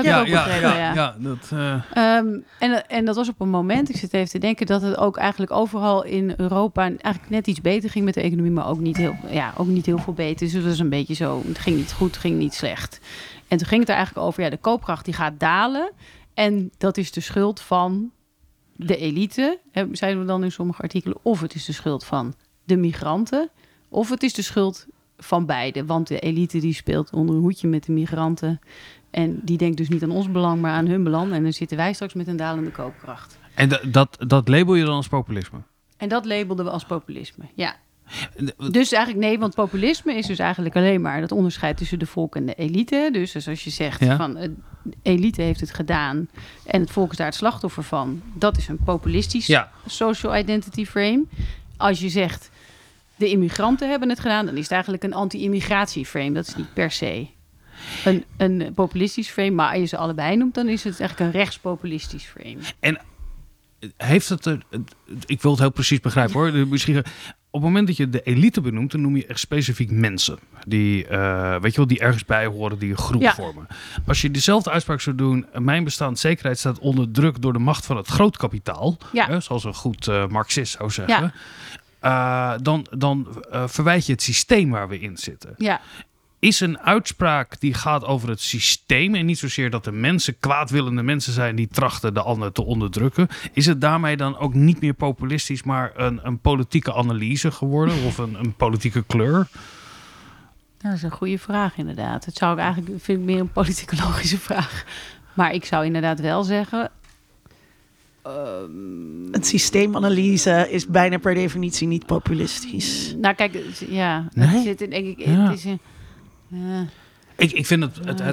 En dat was op een moment, ik zit even te denken, dat het ook eigenlijk overal in Europa eigenlijk net iets beter ging met de economie, maar ook niet heel veel beter. Dus het was een beetje zo, het ging niet goed, het ging niet slecht. En toen ging het er eigenlijk over, de koopkracht die gaat dalen. En dat is de schuld van de elite, zeiden we dan in sommige artikelen, of het is de schuld van de migranten, of het is de schuld van beide. Want de elite die speelt onder een hoedje met de migranten en die denkt dus niet aan ons belang, maar aan hun belang. En dan zitten wij straks met een dalende koopkracht. En dat label je dan als populisme? En dat labelden we als populisme, ja. Dus eigenlijk nee, want populisme is dus eigenlijk alleen maar het onderscheid tussen de volk en de elite. Dus als je zegt van de elite heeft het gedaan en het volk is daar het slachtoffer van, dat is een populistisch social identity frame. Als je zegt de immigranten hebben het gedaan, dan is het eigenlijk een anti-immigratie frame. Dat is niet per se een populistisch frame, maar als je ze allebei noemt, dan is het eigenlijk een rechtspopulistisch frame. En heeft het ik wil het heel precies begrijpen hoor. Misschien het moment dat je de elite benoemt, dan noem je echt specifiek mensen. Die, weet je wel, die ergens bij horen, die een groep vormen. Als je dezelfde uitspraak zou doen, mijn bestaanszekerheid staat onder druk door de macht van het grootkapitaal. Ja. Zoals een goed Marxist zou zeggen. Ja. Dan verwijt je het systeem waar we in zitten. Ja. Is een uitspraak die gaat over het systeem en niet zozeer dat de mensen kwaadwillende mensen zijn die trachten de ander te onderdrukken. Is het daarmee dan ook niet meer populistisch, maar een politieke analyse geworden of een politieke kleur? Dat is een goede vraag inderdaad. Het zou ik eigenlijk, vind ik meer een politicologische vraag. Maar ik zou inderdaad wel zeggen... Het systeemanalyse is bijna per definitie niet populistisch. Nou kijk, ja. Nee? Het zit in, denk ik, Ja. het is een... Ik vind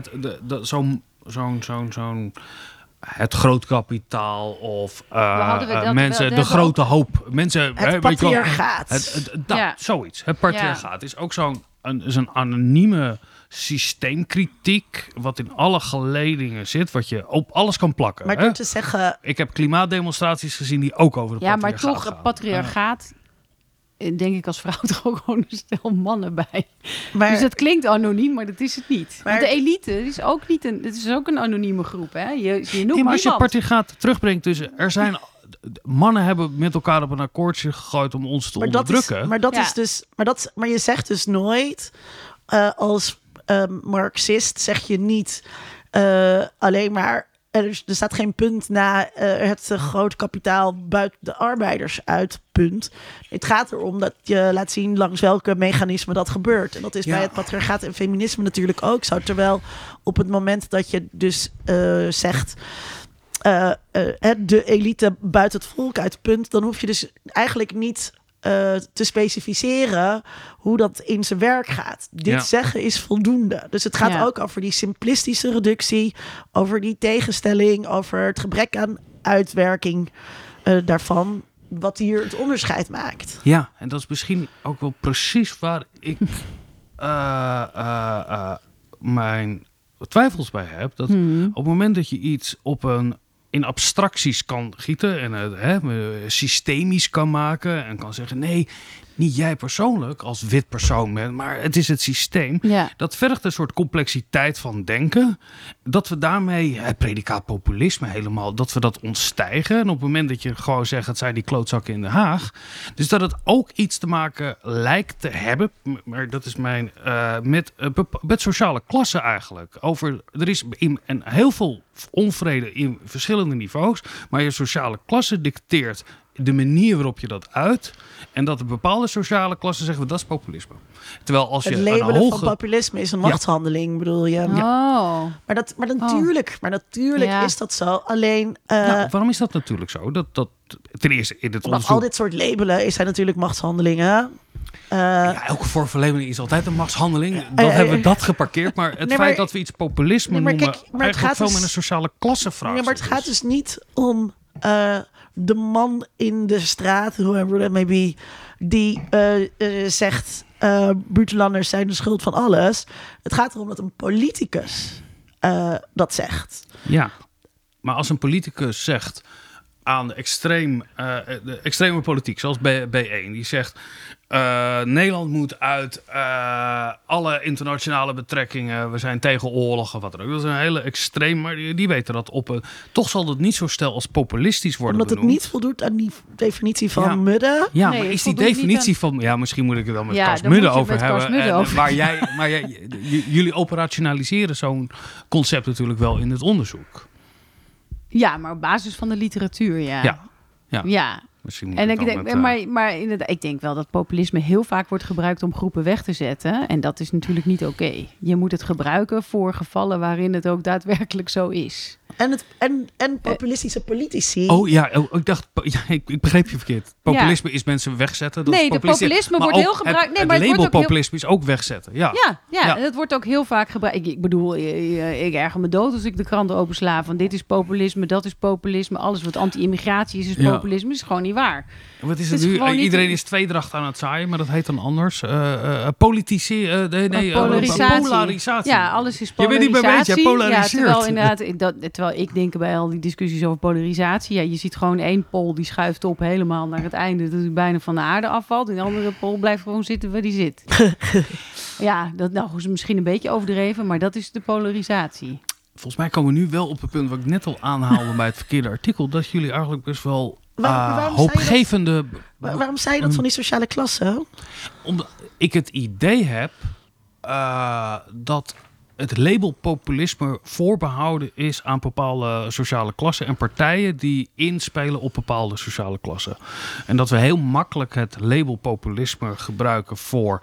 het grootkapitaal of mensen, de grote hoop. Mensen, Het patriarchaat. Zoiets. Het patriarchaat is ook zo'n anonieme systeemkritiek wat in alle geledingen zit, wat je op alles kan plakken. Maar door te zeggen... Ik heb klimaatdemonstraties gezien die ook over de patriarchaat gaan. Ja, maar toch, het patriarchaat... denk ik als vrouw toch ook gewoon een stel mannen bij. Maar, dus dat klinkt anoniem, maar dat is het niet. Maar, want de elite is ook niet het is ook een anonieme groep, hè? Je noemt maar als je niemand. patriarchaat terugbrengt, dus er zijn mannen hebben met elkaar op een akkoordje gegooid om ons te onderdrukken. Maar je zegt dus nooit als Marxist zeg je niet alleen maar. Er staat geen punt na het groot kapitaal buiten de arbeiders uit, punt. Het gaat erom dat je laat zien langs welke mechanismen dat gebeurt. En dat is bij het patriarchaat en feminisme natuurlijk ook zo. Terwijl op het moment dat je dus zegt... de elite buiten het volk uit, punt... dan hoef je dus eigenlijk niet... te specificeren hoe dat in zijn werk gaat. Dit zeggen is voldoende. Dus het gaat ook over die simplistische reductie, over die tegenstelling, over het gebrek aan uitwerking daarvan, wat hier het onderscheid maakt. Ja, en dat is misschien ook wel precies waar ik mijn twijfels bij heb. Dat op het moment dat je iets in abstracties kan gieten en systemisch kan maken en kan zeggen, nee, niet jij persoonlijk als wit persoon, maar het is het systeem. Ja. Dat vergt een soort complexiteit van denken, dat we daarmee het predicaat populisme helemaal, dat we dat ontstijgen. En op het moment dat je gewoon zegt, het zijn die klootzakken in Den Haag. Dus dat het ook iets te maken lijkt te hebben, maar dat is mijn, met sociale klasse eigenlijk. Er is heel veel onvrede in verschillende niveaus, maar je sociale klasse dicteert de manier waarop je dat uit. En dat de bepaalde sociale klassen zeggen, dat is populisme. Terwijl als het je labelen van populisme is een machtshandeling, bedoel je? Oh. Maar natuurlijk is dat zo. Alleen... waarom is dat natuurlijk zo? Dat ten eerste in het onderzoek... al dit soort labelen zijn natuurlijk machtshandelingen. Elke vorm van labeling is altijd een machtshandeling. Dan hebben we dat geparkeerd. Maar het feit dat we iets populisme noemen... maar het gaat veel met een sociale klassevraag. Maar het gaat dus niet om... de man in de straat, whoever that may be, die zegt buitenlanders zijn de schuld van alles. Het gaat erom dat een politicus dat zegt. Ja, maar als een politicus zegt aan de extreme politiek, zoals B1, die zegt Nederland moet uit alle internationale betrekkingen, we zijn tegen oorlogen, wat er ook. Dat is een hele extreem, maar die weten dat toch zal dat niet zo snel als populistisch worden omdat benoemd. Het niet voldoet aan die definitie van Mudde. Ja, nee, maar is die definitie van... Ja, misschien moet ik het dan met Cas Mudde over hebben. Maar jullie operationaliseren zo'n concept natuurlijk wel in het onderzoek. Ja, maar op basis van de literatuur, ja. Misschien moet en ik maar inderdaad, ik denk wel dat populisme heel vaak wordt gebruikt om groepen weg te zetten. En dat is natuurlijk niet oké. Je moet het gebruiken voor gevallen waarin het ook daadwerkelijk zo is. En populistische politici. Ik dacht, ik begreep je verkeerd. Populisme is mensen wegzetten. Dat populisme wordt heel gebruikt. Het label populisme is ook wegzetten. Ja, dat wordt ook heel vaak gebruikt. Ik bedoel, ik erger me dood als ik de kranten opensla van dit is populisme, dat is populisme. Alles wat anti-immigratie is populisme. Dat is gewoon niet waar. Wat is het nu? Iedereen is tweedracht aan het zaaien, maar dat heet dan anders. Polarisatie. Ja, alles is polarisatie. Je bent niet bij beetje, polariseert. Terwijl terwijl ik denk bij al die discussies over polarisatie... Ja, je ziet gewoon 1 pol die schuift op helemaal naar het einde... dat hij bijna van de aarde afvalt. En de andere pol blijft gewoon zitten waar die zit. Ja, dat is misschien een beetje overdreven... maar dat is de polarisatie. Volgens mij komen we nu wel op het punt wat ik net al aanhaalde bij het verkeerde artikel... dat jullie eigenlijk best wel hoopgevende... Waarom zei je dat van die sociale klasse? Omdat ik het idee heb dat het label populisme voorbehouden is aan bepaalde sociale klassen en partijen die inspelen op bepaalde sociale klassen. En dat we heel makkelijk het label populisme gebruiken voor...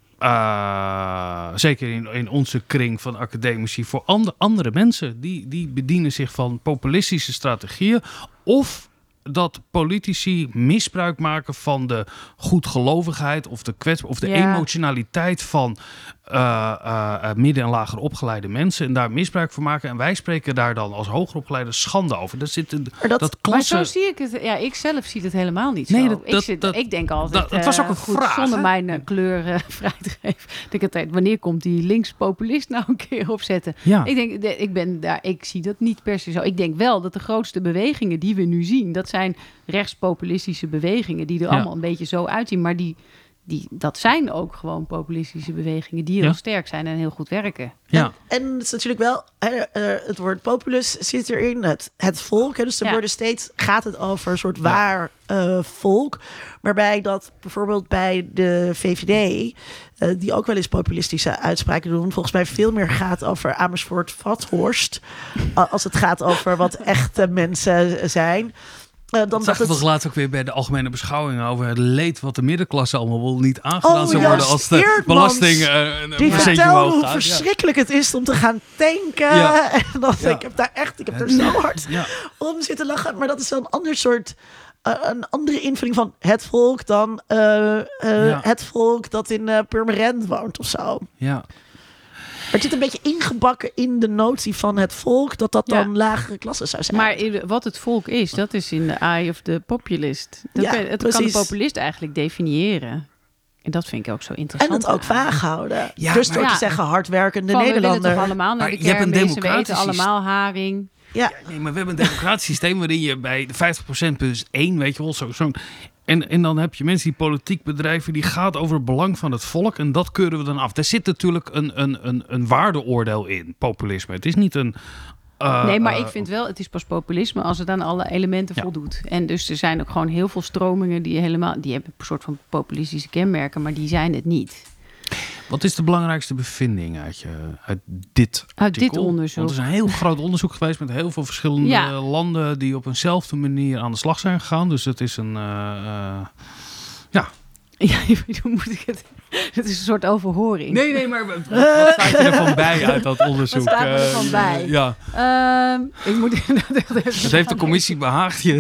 zeker in onze kring van academici, voor andere mensen. Die bedienen zich van populistische strategieën. Of dat politici misbruik maken van de goedgelovigheid of de emotionaliteit van midden- en lager opgeleide mensen. En daar misbruik van maken. En wij spreken daar dan als hoger opgeleide schande over. Dat zit dat klasse... Maar zo zie ik het. Ja, ik zelf zie het helemaal niet zo. Nee, ik denk altijd... het was ook een vraag. Zonder mijn kleur vrij te geven. Denk altijd, wanneer komt die linkspopulist nou een keer opzetten? Ja. Ik zie dat niet per se zo. Ik denk wel dat de grootste bewegingen die we nu zien... dat zijn rechtspopulistische bewegingen... die er allemaal een beetje zo uitzien. Maar dat zijn ook gewoon populistische bewegingen... die heel sterk zijn en heel goed werken. Ja. En het is natuurlijk wel... het woord populus zit erin. Het volk. Dus er worden steeds... gaat het over een soort waar volk. Waarbij dat bijvoorbeeld bij de VVD... die ook wel eens populistische uitspraken doen... volgens mij veel meer gaat over Amersfoort-Vathorst... als het gaat over wat echte mensen zijn... Dan zag het toch laatst ook weer bij de algemene beschouwingen over het leed wat de middenklasse allemaal wel niet aangedaan zou worden als de belasting die vertelde hoe verschrikkelijk het is om te gaan tanken. Ja. En ik heb er zo hard om zitten lachen. Maar dat is wel een ander soort, een andere invulling van het volk dan het volk dat in Purmerend woont of zo. Ja. Het zit een beetje ingebakken in de notie van het volk... dat dan lagere klassen zou zijn. Maar wat het volk is, dat is in de eye of the populist. Het kan de populist eigenlijk definiëren. En dat vind ik ook zo interessant. En het ook vaag houden. Ja, dus door te zeggen hardwerkende Nederlander. We willen toch allemaal naar de kermis, we eten allemaal haring. Ja. Nee, maar we hebben een democratisch systeem... waarin je bij de 50% plus 1, weet je wel, zo'n... En dan heb je mensen die politiek bedrijven... die gaat over het belang van het volk... en dat keuren we dan af. Daar zit natuurlijk een waardeoordeel in, populisme. Het is niet een... nee, maar ik vind wel... het is pas populisme als het aan alle elementen voldoet. En dus er zijn ook gewoon heel veel stromingen... die hebben een soort van populistische kenmerken... maar die zijn het niet. Wat is de belangrijkste bevinding uit dit onderzoek? Want er is een heel groot onderzoek geweest met heel veel verschillende landen die op eenzelfde manier aan de slag zijn gegaan. Dus het is een... Ja, hoe moet ik het... Het is een soort overhoring. Nee, maar wat staat je ervan bij uit dat onderzoek? Wat staat er van bij? Ik moet het heeft de commissie behaagd. Ik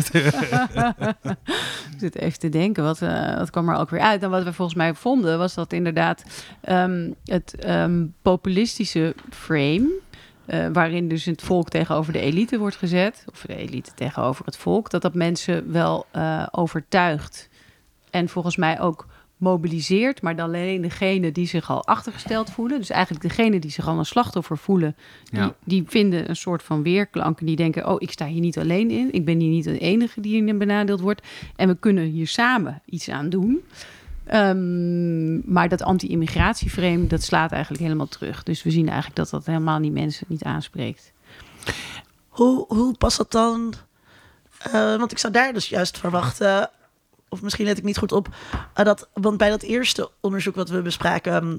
zit even te denken, wat kwam er ook weer uit? En wat we volgens mij vonden, was dat inderdaad het populistische frame... waarin dus het volk tegenover de elite wordt gezet... of de elite tegenover het volk... dat mensen wel overtuigt... en volgens mij ook mobiliseert... maar dan alleen degene die zich al achtergesteld voelen. Dus eigenlijk degene die zich al een slachtoffer voelen... die vinden een soort van weerklank... en die denken, ik sta hier niet alleen in. Ik ben hier niet de enige die hierin benadeeld wordt. En we kunnen hier samen iets aan doen. Maar dat anti-immigratieframe, dat slaat eigenlijk helemaal terug. Dus we zien eigenlijk dat helemaal die mensen niet aanspreekt. Hoe past dat dan? Want ik zou daar dus juist verwachten... of misschien let ik niet goed op... want bij dat eerste onderzoek wat we bespraken...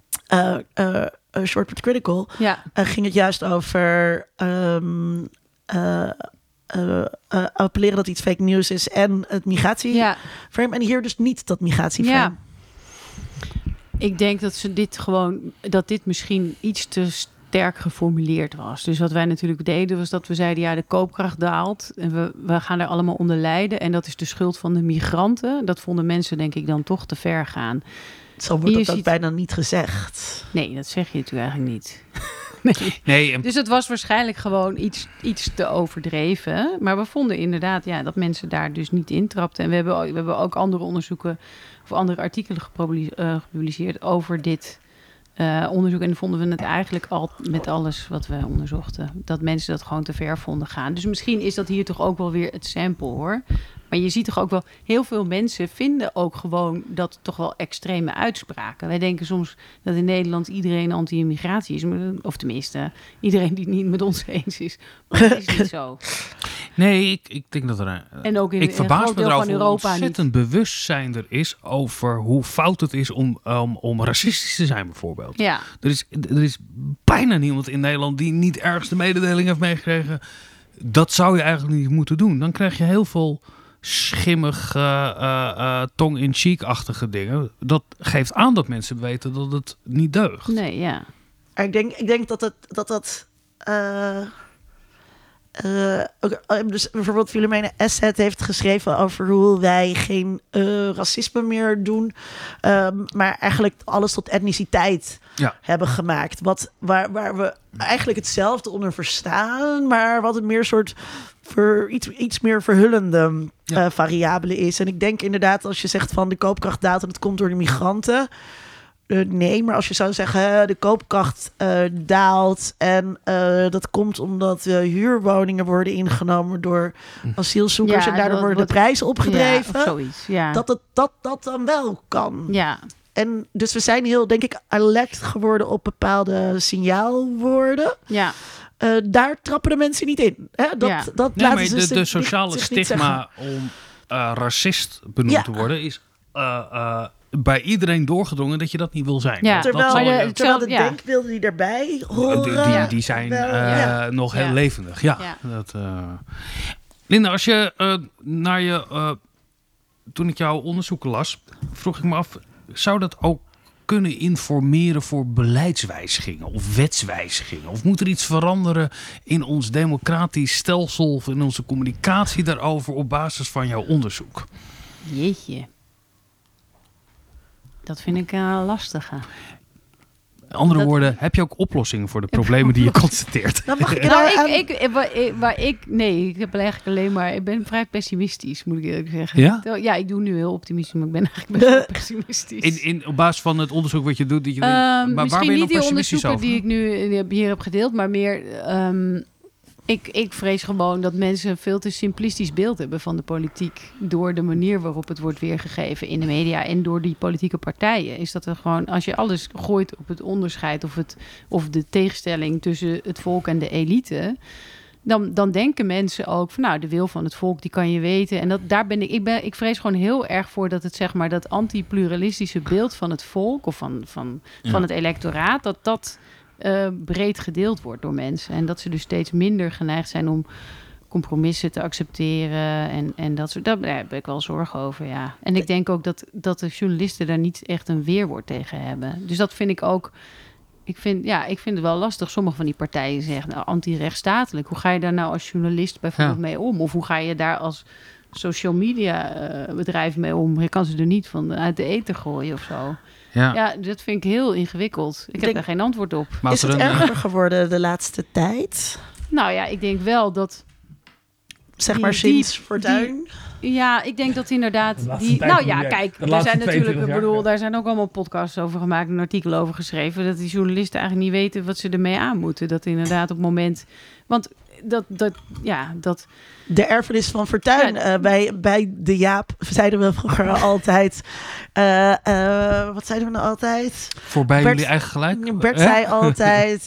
Short but Critical... ging het juist over... appelleren dat iets fake news is... en het migratieframe. En hier dus niet dat migratieframe. Ja. Ik denk dat dit misschien iets te sterk geformuleerd was. Dus wat wij natuurlijk deden was dat we zeiden... de koopkracht daalt en we gaan er allemaal onder lijden... en dat is de schuld van de migranten. Dat vonden mensen denk ik dan toch te ver gaan. Zo wordt dat bijna niet gezegd. Nee, dat zeg je natuurlijk eigenlijk niet. Nee. Dus het was waarschijnlijk gewoon iets te overdreven. Maar we vonden inderdaad dat mensen daar dus niet intrapten. En we hebben ook andere onderzoeken... of andere artikelen gepubliceerd over dit... onderzoek. En dan vonden we het eigenlijk al met alles wat we onderzochten. Dat mensen dat gewoon te ver vonden gaan. Dus misschien is dat hier toch ook wel weer het sample, hoor. Maar je ziet toch ook wel, heel veel mensen vinden ook gewoon dat toch wel extreme uitspraken. Wij denken soms dat in Nederland iedereen anti-immigratie is. Of tenminste, iedereen die het niet met ons eens is. Maar dat is niet zo. Nee, ik denk dat er... En ook in ik een verbaas groot me deel erover van hoe Europa ontzettend bewustzijn er is over hoe fout het is om racistisch te zijn, bijvoorbeeld. Ja. Er is bijna niemand in Nederland die niet ergens de mededeling heeft meegekregen. Dat zou je eigenlijk niet moeten doen. Dan krijg je heel veel schimmig, tong-in-cheek-achtige dingen. Dat geeft aan dat mensen weten dat het niet deugt. Nee, ja. Ik denk dat dus bijvoorbeeld Philomena Asset heeft geschreven over hoe wij geen racisme meer doen, maar eigenlijk alles tot etniciteit hebben gemaakt. Waar we eigenlijk hetzelfde onder verstaan, maar wat een meer soort iets meer verhullende variabele is. En ik denk inderdaad, als je zegt van de koopkracht daalt en het komt door de migranten. Nee, maar als je zou zeggen de koopkracht daalt en dat komt omdat huurwoningen worden ingenomen door asielzoekers en daardoor worden de prijzen opgedreven. Ja, of zoiets, ja. Dat dan wel kan. Ja. En dus we zijn heel, denk ik, alert geworden op bepaalde signaalwoorden. Ja. Daar trappen de mensen niet in. Hè? Dat nee, laten maar ze de sociale stigma om racist benoemd te worden is bij iedereen doorgedrongen dat je dat niet wil zijn. Ja. Terwijl de denkbeelden die daarbij horen... Die zijn nog Ja. heel levendig. Ja. Linda, als je naar je... toen ik jouw onderzoeken las, vroeg ik me af, zou dat ook kunnen informeren voor beleidswijzigingen of wetswijzigingen? Of moet er iets veranderen in ons democratisch stelsel of in onze communicatie daarover op basis van jouw onderzoek? Jeetje. Dat vind ik lastige. In andere woorden, heb je ook oplossingen voor de problemen die je constateert? Ik heb eigenlijk alleen maar... Ik ben vrij pessimistisch, moet ik eerlijk zeggen. Ja? Ja, ik doe nu heel optimistisch, maar ik ben eigenlijk best wel pessimistisch. Op basis van het onderzoek wat je doet, dat je denkt, maar waar ben je dan pessimistisch over? Misschien niet die onderzoeken die ik nu hier heb gedeeld, maar meer... Ik vrees gewoon dat mensen een veel te simplistisch beeld hebben van de politiek door de manier waarop het wordt weergegeven in de media en door die politieke partijen. Is dat er gewoon, als je alles gooit op het onderscheid of de tegenstelling tussen het volk en de elite, dan denken mensen ook van, nou, de wil van het volk, die kan je weten. En daar ben ik vrees gewoon heel erg voor dat het, zeg maar, dat anti-pluralistische beeld van het volk of van het electoraat, dat breed gedeeld wordt door mensen. En dat ze dus steeds minder geneigd zijn om compromissen te accepteren. En dat soort, daar heb ik wel zorgen over, ja. En ik denk ook dat de journalisten daar niet echt een weerwoord tegen hebben. Dus dat vind ik ook... Ik vind het wel lastig. Sommige van die partijen zeggen, nou, anti-rechtsstatelijk. Hoe ga je daar nou als journalist bijvoorbeeld mee om? Of hoe ga je daar als social media bedrijf mee om? Je kan ze er niet uit de ether gooien of zo. Ja, dat vind ik heel ingewikkeld. Ik heb daar geen antwoord op. Maar is het erger geworden de laatste tijd? Nou ja, ik denk wel dat... Zeg maar sinds Fortuyn? Ja, ik denk dat inderdaad... Kijk, daar zijn ook allemaal podcasts over gemaakt... en artikelen over geschreven... dat die journalisten eigenlijk niet weten wat ze ermee aan moeten. Dat inderdaad op het moment... Want dat... De erfenis van Fortuyn. Bij de Jaap zeiden we vroeger altijd... wat zeiden we nou altijd? Voorbij jullie eigen gelijk? Bert zei altijd...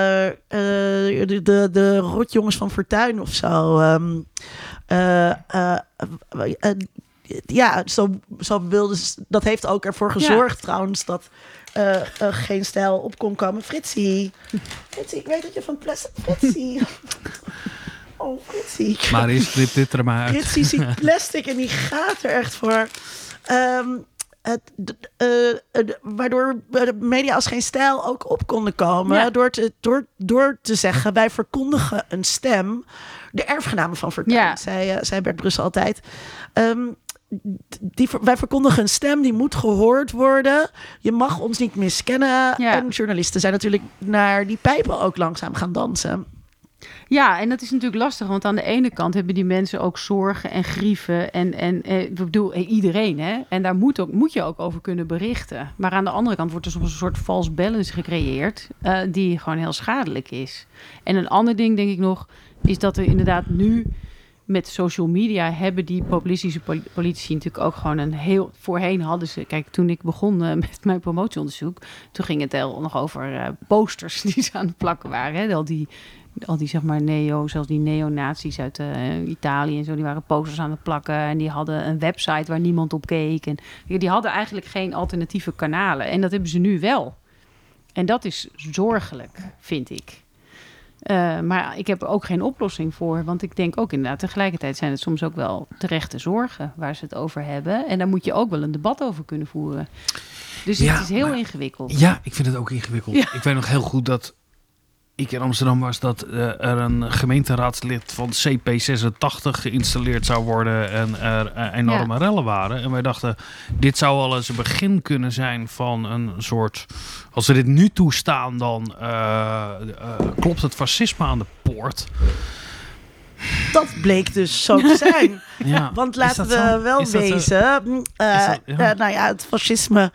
de rotjongens van Fortuyn of zo. Zo wilde ze... Dat heeft ook ervoor gezorgd trouwens... dat geen stijl op kon komen. Fritsie, ik weet dat je van plastic... Fritsie... Oh, Fritsie. Maar is dit er maar uit. Fritsie ziet plastic en die gaat er echt voor. Waardoor de media als geen stijl ook op konden komen. Ja. Door te zeggen, wij verkondigen een stem. De erfgenamen van Fortuyn, zei Bert Brussel altijd. Wij verkondigen een stem, die moet gehoord worden. Je mag ons niet miskennen. Ja. En journalisten zijn natuurlijk naar die pijpen ook langzaam gaan dansen. Ja, en dat is natuurlijk lastig, want aan de ene kant hebben die mensen ook zorgen en grieven en ik bedoel iedereen, hè? En daar moet je ook over kunnen berichten. Maar aan de andere kant wordt er soms een soort false balance gecreëerd die gewoon heel schadelijk is. En een ander ding, denk ik nog, is dat er inderdaad nu met social media hebben die populistische politici natuurlijk ook gewoon een heel... Voorheen hadden ze... Kijk, toen ik begon met mijn promotieonderzoek, toen ging het heel nog over posters die ze aan het plakken waren. Hè? Al die zeg maar zelfs die neonazies uit Italië en zo, die waren posters aan het plakken en die hadden een website waar niemand op keek. En die hadden eigenlijk geen alternatieve kanalen. En dat hebben ze nu wel. En dat is zorgelijk, vind ik. Maar ik heb er ook geen oplossing voor. Want ik denk ook inderdaad, tegelijkertijd zijn het soms ook wel terechte zorgen waar ze het over hebben. En daar moet je ook wel een debat over kunnen voeren. Dus het is heel ingewikkeld. Ja, ik vind het ook ingewikkeld. Ja. Ik weet nog heel goed dat ik in Amsterdam was dat er een gemeenteraadslid van CP86 geïnstalleerd zou worden en er enorme rellen waren. En wij dachten, dit zou al eens een begin kunnen zijn van een soort... Als we dit nu toestaan, dan klopt het fascisme aan de poort. Dat bleek dus zo te zijn. Ja. Want laten we wel wezen, het fascisme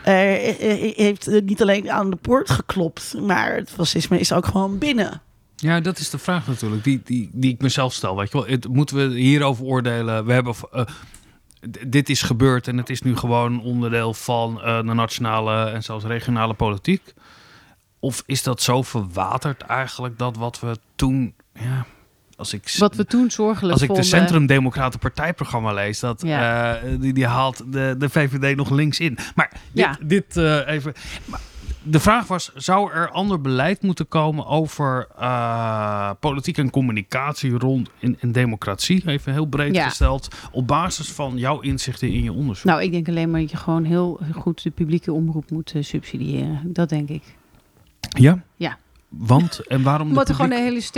heeft niet alleen aan de poort geklopt, maar het fascisme is ook gewoon binnen. Ja, dat is de vraag natuurlijk, die ik mezelf stel. Weet je wel, moeten we hierover oordelen? We hebben... dit is gebeurd en het is nu gewoon onderdeel van de nationale en zelfs regionale politiek. Of is dat zo verwaterd eigenlijk dat wat we toen... Ja, wat we toen zorgelijk vonden... Als ik de Centrum-Democraten partijprogramma lees, dat die haalt de VVD nog links in. Maar dit even... Maar de vraag was, zou er ander beleid moeten komen over politiek en communicatie rond in democratie? Even heel breed gesteld, op basis van jouw inzichten in je onderzoek. Nou, ik denk alleen maar dat je gewoon heel goed de publieke omroep moet subsidiëren. Dat denk ik. Ja? Ja. Want en waarom? Omdat er gewoon een hele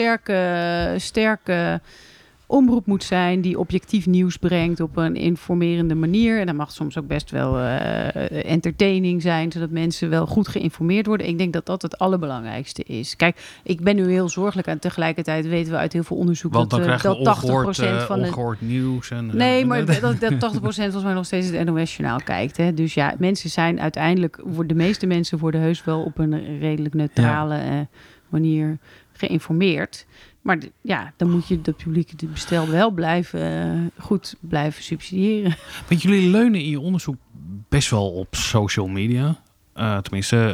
sterke omroep moet zijn die objectief nieuws brengt op een informerende manier. En dat mag soms ook best wel entertaining zijn, zodat mensen wel goed geïnformeerd worden. Ik denk dat dat het allerbelangrijkste is. Kijk, ik ben nu heel zorgelijk en tegelijkertijd weten we uit heel veel onderzoek want dan dat 80% van ongehoord nieuws. Nee, maar dat 80% volgens mij nog steeds het NOS-journaal kijkt. Hè? Dus ja, mensen zijn uiteindelijk, de meeste mensen worden heus wel op een redelijk neutrale manier geïnformeerd. Maar dan moet je dat publieke bestel wel goed blijven subsidiëren. Want jullie leunen in je onderzoek best wel op social media. Tenminste,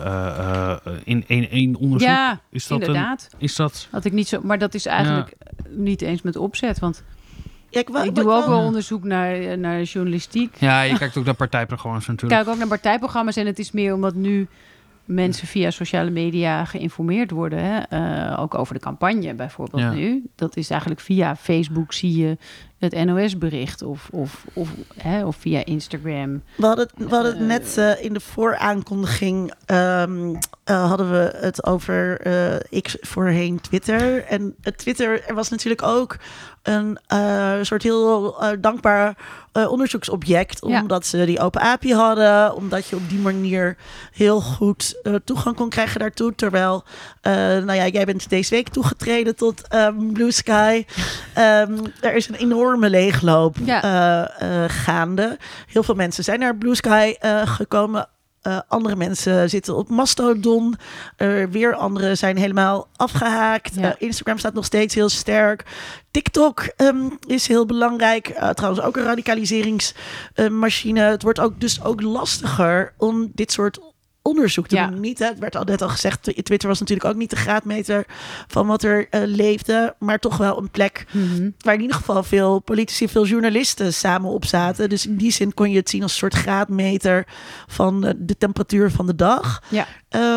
in één onderzoek. Ja, is dat inderdaad. Is dat... Had ik niet zo, maar dat is eigenlijk niet eens met opzet. Want ik doe ook wel onderzoek naar journalistiek. Ja, je kijkt ook naar partijprogramma's natuurlijk. Ik kijk ook naar partijprogramma's en het is meer omdat nu mensen via sociale media geïnformeerd worden. Hè? Ook over de campagne bijvoorbeeld nu. Dat is eigenlijk via Facebook zie je het NOS-bericht of via Instagram. We hadden het net in de vooraankondiging hadden we het over X voorheen Twitter. En Twitter, er was natuurlijk ook een soort heel dankbaar onderzoeksobject. Omdat ze die open API hadden. Omdat je op die manier heel goed toegang kon krijgen daartoe. Terwijl, jij bent deze week toegetreden tot Blue Sky. Er is een enorme leegloop gaande. Heel veel mensen zijn naar Blue Sky gekomen. Andere mensen zitten op Mastodon. Weer anderen zijn helemaal afgehaakt. Instagram staat nog steeds heel sterk. TikTok is heel belangrijk. Trouwens ook een radicaliseringsmachine. Het wordt ook lastiger om dit soort onderzoek te doen. Niet, het werd al net al gezegd, Twitter was natuurlijk ook niet de graadmeter van wat er leefde, maar toch wel een plek waar in ieder geval veel politici, veel journalisten samen op zaten. Dus in die zin kon je het zien als een soort graadmeter van de temperatuur van de dag. Ja.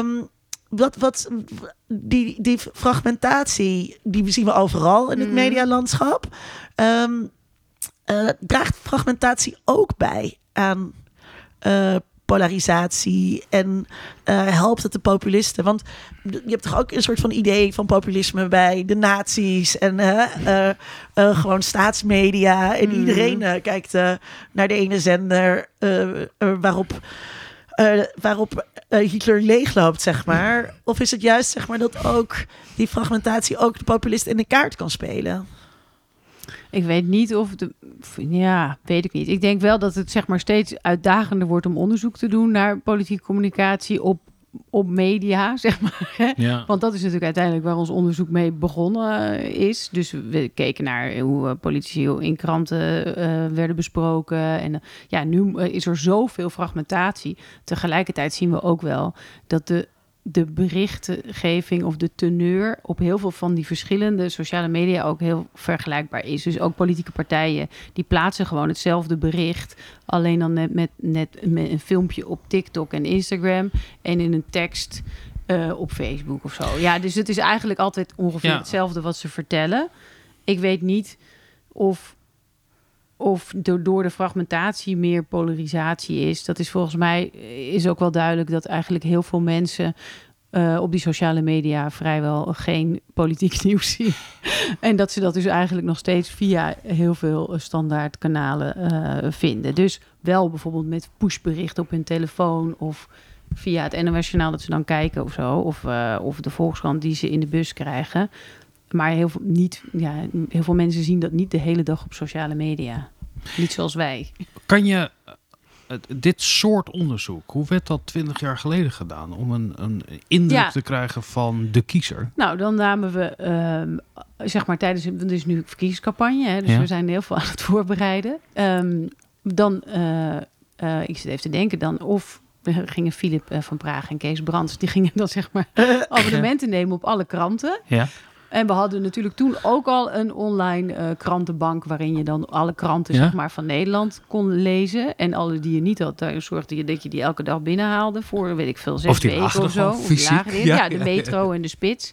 Die fragmentatie, die zien we overal in het medialandschap. Draagt fragmentatie ook bij aan polarisatie en helpt het de populisten? Want je hebt toch ook een soort van idee van populisme bij de nazi's en gewoon staatsmedia en iedereen kijkt naar de ene zender waarop waarop Hitler leegloopt, zeg maar? Of is het juist, zeg maar, dat ook die fragmentatie ook de populist in de kaart kan spelen? Ik weet niet weet ik niet. Ik denk wel dat het zeg maar steeds uitdagender wordt om onderzoek te doen naar politieke communicatie op media, zeg maar. Hè? Ja. Want dat is natuurlijk uiteindelijk waar ons onderzoek mee begonnen is. Dus we keken naar hoe politici in kranten werden besproken. En nu is er zoveel fragmentatie. Tegelijkertijd zien we ook wel dat de berichtgeving of de teneur op heel veel van die verschillende sociale media ook heel vergelijkbaar is. Dus ook politieke partijen, die plaatsen gewoon hetzelfde bericht, alleen dan net met een filmpje op TikTok en Instagram en in een tekst op Facebook of zo. Ja, dus het is eigenlijk altijd ongeveer hetzelfde wat ze vertellen. Ik weet niet of door de fragmentatie meer polarisatie is. Dat is volgens mij is ook wel duidelijk dat eigenlijk heel veel mensen op die sociale media vrijwel geen politiek nieuws zien. En dat ze dat dus eigenlijk nog steeds via heel veel standaard kanalen vinden. Dus wel bijvoorbeeld met pushberichten op hun telefoon of via het NOS Journaal dat ze dan kijken of zo. Of de Volkskrant die ze in de bus krijgen. Maar heel veel mensen zien dat niet de hele dag op sociale media. Niet zoals wij. Kan je dit soort onderzoek, hoe werd dat 20 jaar geleden gedaan? Om een indruk te krijgen van de kiezer? Nou, dan namen we, zeg maar tijdens, het is nu verkiezingscampagne. Hè, dus we zijn heel veel aan het voorbereiden. Ik zit even te denken dan of... We gingen Philip van Praag en Kees Brands, die gingen dan zeg maar abonnementen nemen op alle kranten. Ja. En we hadden natuurlijk toen ook al een online krantenbank waarin je dan alle kranten zeg maar, van Nederland kon lezen. En alle die je niet had, daar zorgde je dat je die elke dag binnenhaalde voor, weet ik veel, 6 weken of zo. Of die lagen erin. Ja, de Metro en de Spits.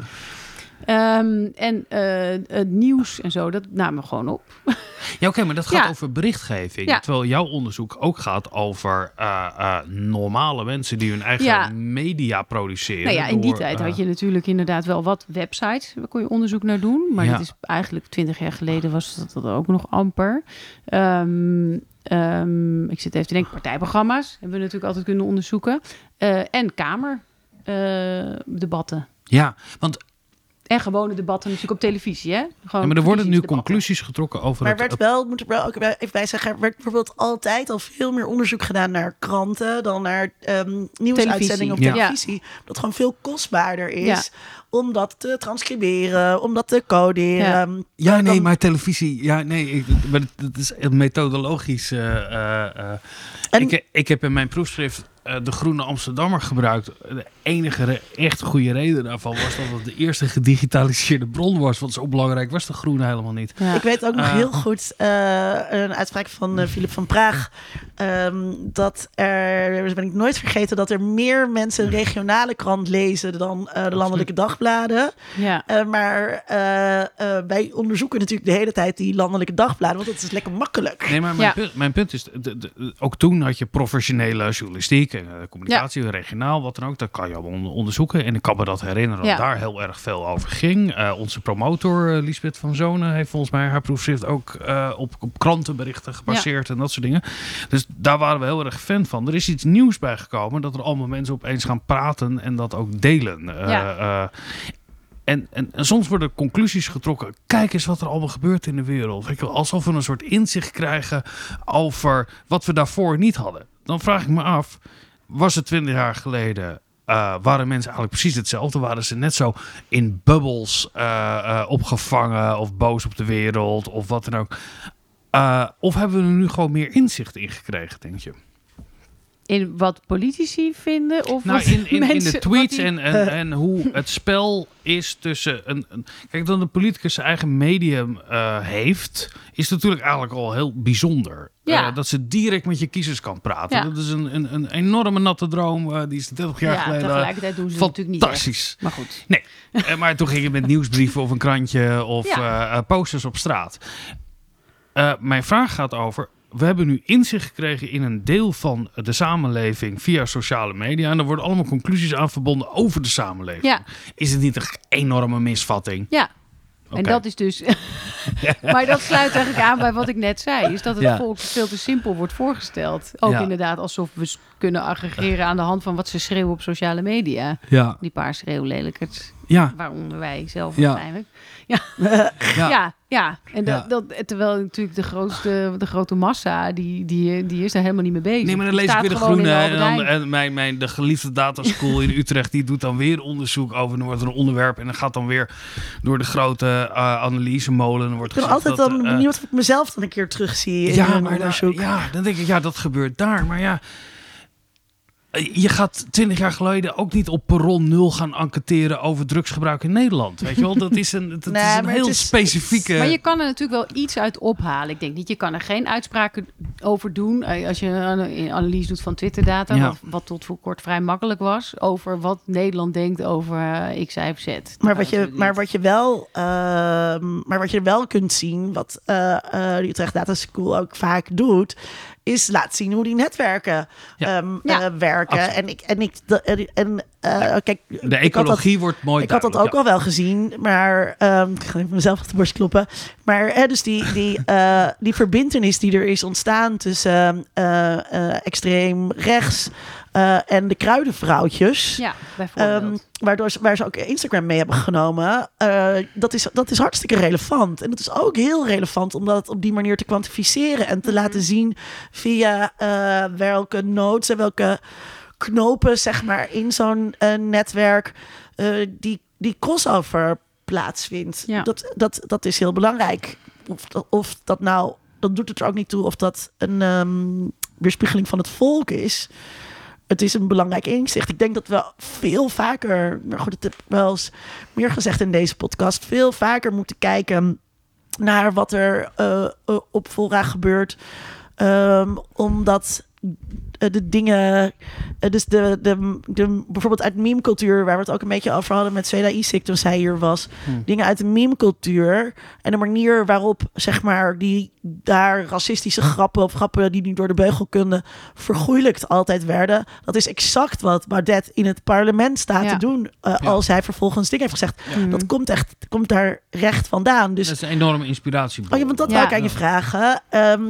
Het nieuws en zo, dat namen we gewoon op. Ja, oké, maar dat gaat over berichtgeving. Ja. Terwijl jouw onderzoek ook gaat over normale mensen die hun eigen media produceren. Nou ja, in die tijd had je natuurlijk inderdaad wel wat websites. Daar kon je onderzoek naar doen. Maar dat is eigenlijk 20 jaar geleden was dat ook nog amper. Ik zit even te denken, partijprogramma's hebben we natuurlijk altijd kunnen onderzoeken. En kamerdebatten. Ja, want... En gewone debatten natuurlijk op televisie, hè? Gewoon maar er worden nu conclusies getrokken over maar moet ik wel ook even bij zeggen, er werd bijvoorbeeld altijd al veel meer onderzoek gedaan naar kranten dan naar nieuwsuitzendingen op televisie. Dat gewoon veel kostbaarder is om dat te transcriberen, om dat te coderen. Maar televisie, dat is methodologisch. Ik heb in mijn proefschrift de Groene Amsterdammer gebruikt. De enige echt goede reden daarvan was dat het de eerste gedigitaliseerde bron was. Want zo belangrijk was de Groene helemaal niet. Ja. Ik weet ook nog heel goed een uitspraak van Philip van Praag. Dat ben ik nooit vergeten, dat er meer mensen een regionale krant lezen dan de landelijke dagbladen. Ja. Maar wij onderzoeken natuurlijk de hele tijd die landelijke dagbladen, want dat is lekker makkelijk. Nee, maar mijn punt is, ook toen had je professionele journalistiek en communicatie, regionaal, wat dan ook. Dat kan je allemaal onderzoeken. En ik kan me dat herinneren dat daar heel erg veel over ging. Onze promotor, Liesbeth van Zonen, heeft volgens mij haar proefschrift ook op krantenberichten gebaseerd en dat soort dingen. Dus daar waren we heel erg fan van. Er is iets nieuws bijgekomen, dat er allemaal mensen opeens gaan praten en dat ook delen. En soms worden conclusies getrokken. Kijk eens wat er allemaal gebeurt in de wereld. Alsof we een soort inzicht krijgen over wat we daarvoor niet hadden. Dan vraag ik me af, was het 20 jaar geleden... waren mensen eigenlijk precies hetzelfde? Waren ze net zo in bubbels opgevangen of boos op de wereld of wat dan ook? Of hebben we er nu gewoon meer inzicht in gekregen, denk je? In wat politici vinden? Of in de tweets en hoe het spel is tussen... Kijk, dat een politicus zijn eigen medium heeft... is natuurlijk eigenlijk al heel bijzonder. Ja. Dat ze direct met je kiezers kan praten. Ja. Dat is een enorme natte droom. Die is 30 jaar geleden tegelijkertijd doen ze natuurlijk niet fantastisch. Maar goed. Nee, maar toen ging het met nieuwsbrieven of een krantje... of posters op straat. Mijn vraag gaat over... We hebben nu inzicht gekregen in een deel van de samenleving via sociale media. En er worden allemaal conclusies aan verbonden over de samenleving. Ja. Is het niet een enorme misvatting? Ja, okay. En dat is dus... Maar dat sluit eigenlijk aan bij wat ik net zei. Is dat het Ja. volk veel te simpel wordt voorgesteld. Ook Ja. inderdaad alsof we kunnen aggregeren aan de hand van wat ze schreeuwen op sociale media. Ja. Die paar schreeuwlelijkers, Ja. waaronder wij zelf Ja. waarschijnlijk. Ja. Ja. En Ja. terwijl natuurlijk de grote massa, die is daar helemaal niet mee bezig. Nee, maar dan Die lees ik staat weer de gewoon in Groene. Albert Heijn. En de geliefde dataschool in Utrecht, die doet dan weer onderzoek over. En dan wordt er een onderwerp en dan gaat dan weer door de grote analysemolen. En wordt Ik ben gezegd altijd dat, dan benieuwd of ik mezelf dan een keer terugzie in een onderzoek. Dan denk ik, dat gebeurt daar. Maar ja, je gaat 20 jaar geleden ook niet op perron 0 gaan enquêteren over drugsgebruik in Nederland. Weet je wel, dat is een maar heel het is- specifieke... Maar je kan er natuurlijk wel iets uit ophalen. Ik denk niet, je kan er geen uitspraken over doen. Als je een analyse doet van Twitter-data, Ja. wat tot voor kort vrij makkelijk was, over wat Nederland denkt over X, Y of Z. Maar wat je wel kunt zien, wat de Utrecht Data School ook vaak doet, is laat zien hoe die netwerken werken. Absoluut. Kijk, De ecologie wordt mooi Ik had dat ook al wel gezien, maar ik ga even mezelf op de borst kloppen. Maar dus die verbintenis die er is ontstaan tussen extreem rechts en de kruidenvrouwtjes. Ja, bijvoorbeeld. Waar ze ook Instagram mee hebben genomen. Dat is hartstikke relevant. En dat is ook heel relevant om dat op die manier te kwantificeren en te laten zien via welke nodes en welke knopen, zeg maar, in zo'n netwerk die crossover plaatsvindt. Ja. Dat is heel belangrijk. Of dat nou, dat doet het er ook niet toe of dat een weerspiegeling van het volk is. Het is een belangrijk inzicht. Ik denk dat we veel vaker, maar goed, dat heb ik wel eens meer gezegd in deze podcast, veel vaker moeten kijken naar wat er op fora gebeurt. Omdat de dingen, dus de bijvoorbeeld uit meme-cultuur, waar we het ook een beetje over hadden met Seda Isik toen zij hier was, dingen uit de meme-cultuur en de manier waarop, zeg maar, die daar racistische grappen of grappen die niet door de beugel kunnen vergoeilijkt altijd werden. Dat is exact wat Baudet in het parlement staat te doen als hij vervolgens dingen heeft gezegd. Ja. Dat komt daar recht vandaan. Dus Dat is een enorme inspiratiebron. Oh ja, want dat wou ik aan je vragen.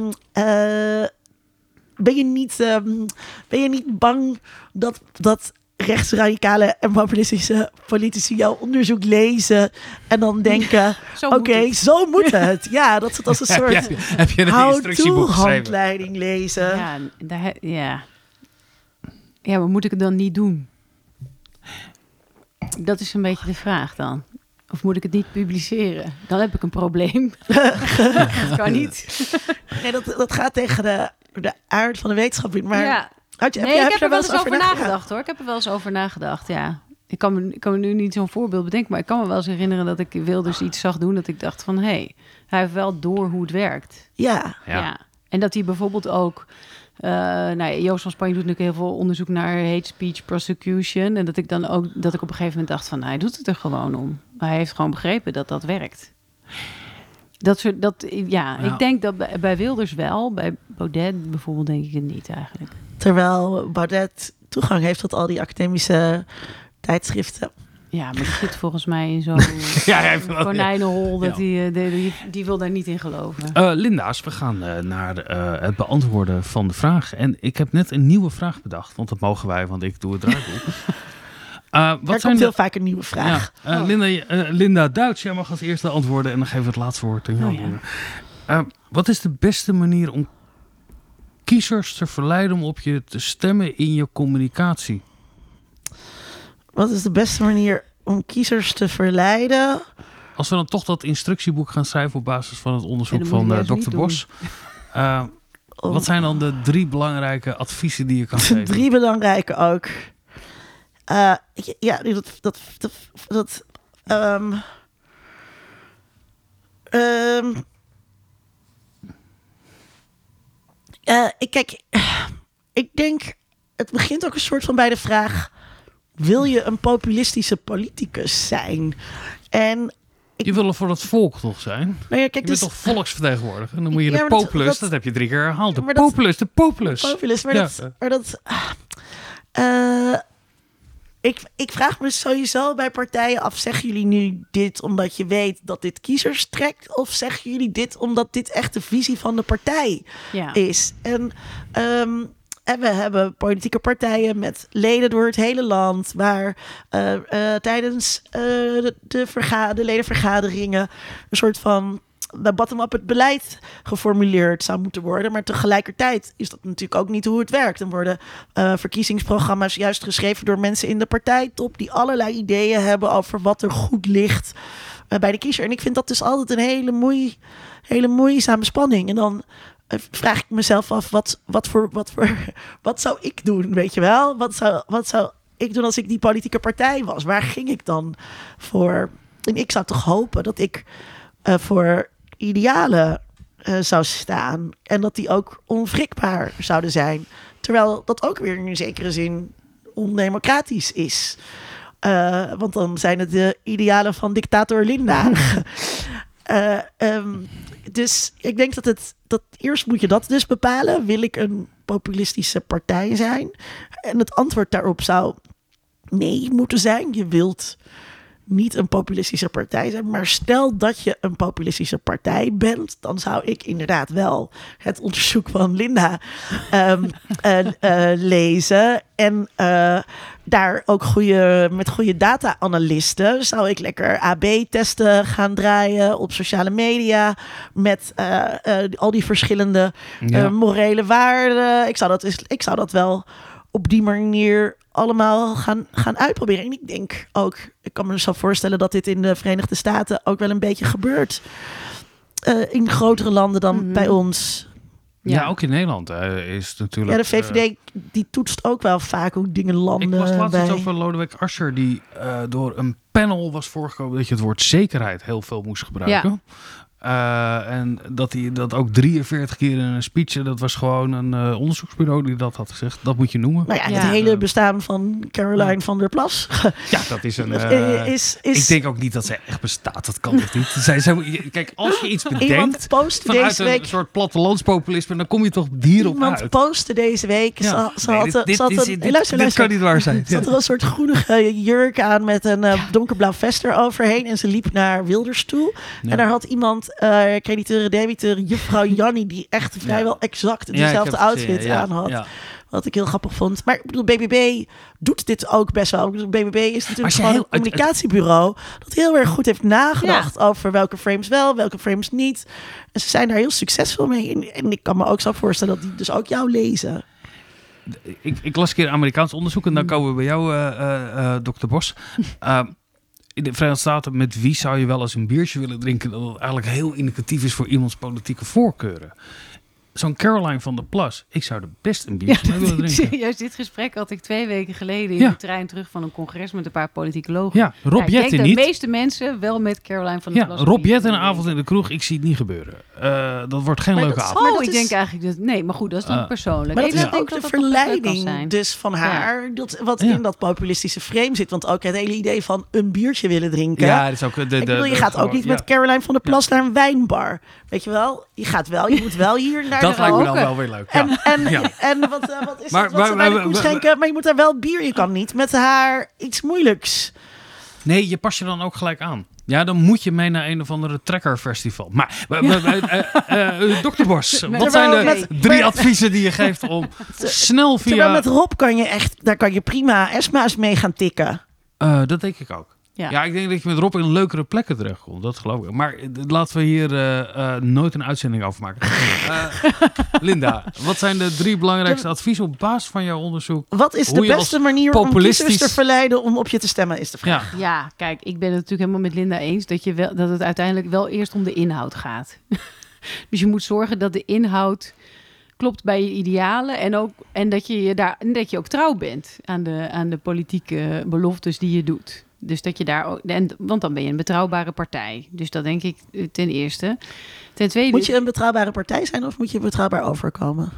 Ben je niet bang dat rechtsradicale en populistische politici jouw onderzoek lezen en dan denken, oké, zo moet het. Ja, dat ze het als een soort heb je een instructieboek geschreven? how-to-handleiding lezen. Ja, maar moet ik het dan niet doen? Dat is een beetje de vraag dan. Of moet ik het niet publiceren? Dan heb ik een probleem. Dat kan niet. Nee, dat gaat tegen de aard van de wetenschap in. Maar Ja. heb Ik je heb er wel eens over nagedacht? nagedacht hoor. Ik heb er wel eens over nagedacht, ja. Ik kan me nu niet zo'n voorbeeld bedenken, maar ik kan me wel eens herinneren dat ik Wilders iets zag doen dat ik dacht van, hé, hij heeft wel door hoe het werkt. Ja. Ja. En dat hij bijvoorbeeld ook, Joost van Spanje doet natuurlijk heel veel onderzoek naar hate speech prosecution. En dat ik dan ook, dat ik op een gegeven moment dacht van, hij doet het er gewoon om. Hij heeft gewoon begrepen dat dat werkt. Ik denk dat bij Wilders wel, bij Baudet bijvoorbeeld denk ik het niet eigenlijk. Terwijl Baudet toegang heeft tot al die academische tijdschriften. Ja, maar die zit volgens mij in zo'n konijnenhol. Dat die wil daar niet in geloven. Linda's, we gaan naar het beantwoorden van de vraag. En ik heb net een nieuwe vraag bedacht. Want dat mogen wij, want ik doe het draaiboek. Er komt heel vaak een nieuwe vraag. Ja, Linda Duits, jij mag als eerste antwoorden. En dan geven we het laatste woord aan jou. Wat is de beste manier om kiezers te verleiden om op je te stemmen in je communicatie? Wat is de beste manier om kiezers te verleiden? Als we dan toch dat instructieboek gaan schrijven op basis van het onderzoek van Dr. Bos. Wat zijn dan de 3 belangrijke adviezen die je kan geven? 3 belangrijke ook. Ik denk, het begint ook een soort van bij de vraag, wil je een populistische politicus zijn? En je wil er voor het volk toch zijn? Nou ja, kijk, je bent toch volksvertegenwoordiger? En dan moet je de populist, dat heb je 3 keer herhaald. De populist. Maar Ik vraag me sowieso bij partijen af, zeggen jullie nu dit omdat je weet dat dit kiezers trekt? Of zeggen jullie dit omdat dit echt de visie van de partij is? En we hebben politieke partijen met leden door het hele land, waar tijdens de ledenvergaderingen een soort van bottom-up het beleid geformuleerd zou moeten worden. Maar tegelijkertijd is dat natuurlijk ook niet hoe het werkt. Dan worden verkiezingsprogramma's juist geschreven door mensen in de partijtop die allerlei ideeën hebben over wat er goed ligt bij de kiezer. En ik vind dat dus altijd een hele moeizame spanning. En dan vraag ik mezelf af, wat zou ik doen, weet je wel? Wat zou ik doen als ik die politieke partij was? Waar ging ik dan voor? En ik zou toch hopen dat ik voor idealen zou staan en dat die ook onwrikbaar zouden zijn. Terwijl dat ook weer in zekere zin ondemocratisch is. Want dan zijn het de idealen van dictator Linda. Dus ik denk dat eerst moet je dat dus bepalen. Wil ik een populistische partij zijn? En het antwoord daarop zou nee moeten zijn. Je wilt niet een populistische partij zijn. Maar stel dat je een populistische partij bent, dan zou ik inderdaad wel het onderzoek van Linda lezen. En daar ook met goede data-analysten zou ik lekker AB-testen gaan draaien op sociale media met al die verschillende morele waarden. Ik zou dat wel op die manier allemaal gaan uitproberen. En ik denk ook, ik kan me zo voorstellen dat dit in de Verenigde Staten ook wel een beetje gebeurt. In grotere landen dan bij ons. Ja, ook in Nederland is het natuurlijk. Ja, de VVD die toetst ook wel vaak hoe dingen landen. Ik was laatst iets over Lodewijk Asscher, die door een panel was voorgekomen dat je het woord zekerheid heel veel moest gebruiken. Ja. En dat hij dat ook 43 keer in een speech, dat was gewoon een onderzoeksbureau die dat had gezegd. Dat moet je noemen. Nou ja, het hele bestaan van Caroline van der Plas. Ja, dat is een... Ik denk ook niet dat zij echt bestaat. Dat kan echt niet. Kijk, als je iets bedenkt vanuit een soort plattelandspopulisme, dan kom je toch hierop uit. Iemand postte deze week. Dit kan niet waar zijn. Ze had er een soort groenige jurk aan met een donkerblauw vest eroverheen. En ze liep naar Wilders toe. Ja. En daar had iemand crediteuren, debiteuren, juffrouw Jannie, die echt vrijwel exact dezelfde outfit aan had. Ja. Wat ik heel grappig vond. Maar ik bedoel, BBB doet dit ook best wel. Ik bedoel, BBB is natuurlijk gewoon een communicatiebureau dat heel erg goed heeft nagedacht over welke frames wel, welke frames niet. En ze zijn daar heel succesvol mee. En ik kan me ook zo voorstellen dat die dus ook jou lezen. Ik las een keer Amerikaans onderzoek en dan komen we bij jou, Dr. Bos. In de Verenigde Staten, met wie zou je wel eens een biertje willen drinken dat het eigenlijk heel indicatief is voor iemands politieke voorkeuren? Zo'n Caroline van der Plas, ik zou er best een biertje mee willen drinken. Juist dit gesprek had ik 2 weken geleden in de trein terug van een congres met een paar politicologen. Ja, Rob Jette niet. De meeste mensen wel met Caroline van der Plas. Rob Jette een avond in de kroeg, ik zie het niet gebeuren. Dat wordt geen leuke avond. Ik denk eigenlijk dat... Nee, maar goed, dat is dan persoonlijk. Maar dat is ook de verleiding dus van haar, wat in dat populistische frame zit. Want ook het hele idee van een biertje willen drinken. Ja, dat is ook je gaat ook niet met Caroline van der Plas naar een wijnbar. Weet je wel? Je moet wel hier naar dat lijkt me dan wel weer leuk. En wat is het wat ze bij de koe schenken? Maar je moet daar wel bier. Je kan niet met haar iets moeilijks. Nee, je pas je dan ook gelijk aan. Ja, dan moet je mee naar een of andere trekkerfestival. Maar, Dr. Bos, wat zijn de 3 adviezen die je geeft om snel via... Terwijl met Rob daar kan je prima ESMA's mee gaan tikken. Dat denk ik ook. Ja, ik denk dat je met Rob in leukere plekken terechtkomt. Dat geloof ik. Maar laten we hier nooit een uitzending over maken. Linda, wat zijn de 3 belangrijkste adviezen op basis van jouw onderzoek? Wat is de beste manier om kiezers te verleiden om op je te stemmen, is de vraag. Ja, kijk, ik ben het natuurlijk helemaal met Linda eens dat het uiteindelijk wel eerst om de inhoud gaat. Dus je moet zorgen dat de inhoud klopt bij je idealen en dat je ook trouw bent aan de politieke beloftes die je doet. Dus dat je daar ook, want dan ben je een betrouwbare partij. Dus dat denk ik ten eerste. Ten tweede, moet je een betrouwbare partij zijn of moet je betrouwbaar overkomen?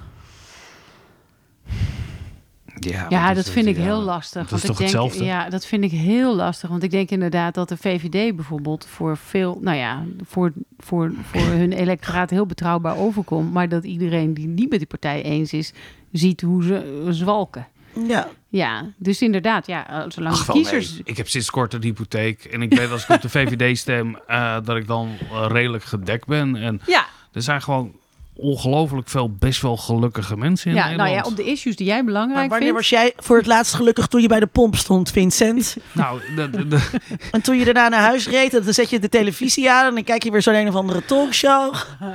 Ja, dat vind ik heel lastig. Dat is toch hetzelfde? Ja, dat vind ik heel lastig. Want ik denk inderdaad dat de VVD bijvoorbeeld voor veel, voor hun electoraat heel betrouwbaar overkomt. Maar dat iedereen die niet met die partij eens is, ziet hoe ze zwalken. Ja, dus inderdaad, zolang de kiezers... Nee. Ik heb sinds kort een hypotheek. En ik weet als ik op de VVD stem, dat ik dan redelijk gedekt ben. En er zijn gewoon ongelooflijk veel best wel gelukkige mensen in Nederland. Nou ja, op de issues die jij belangrijk vindt. Wanneer was jij voor het laatst gelukkig toen je bij de pomp stond, Vincent? Nou, En toen je daarna naar huis reed, dan zet je de televisie aan en dan kijk je weer zo'n een of andere talkshow.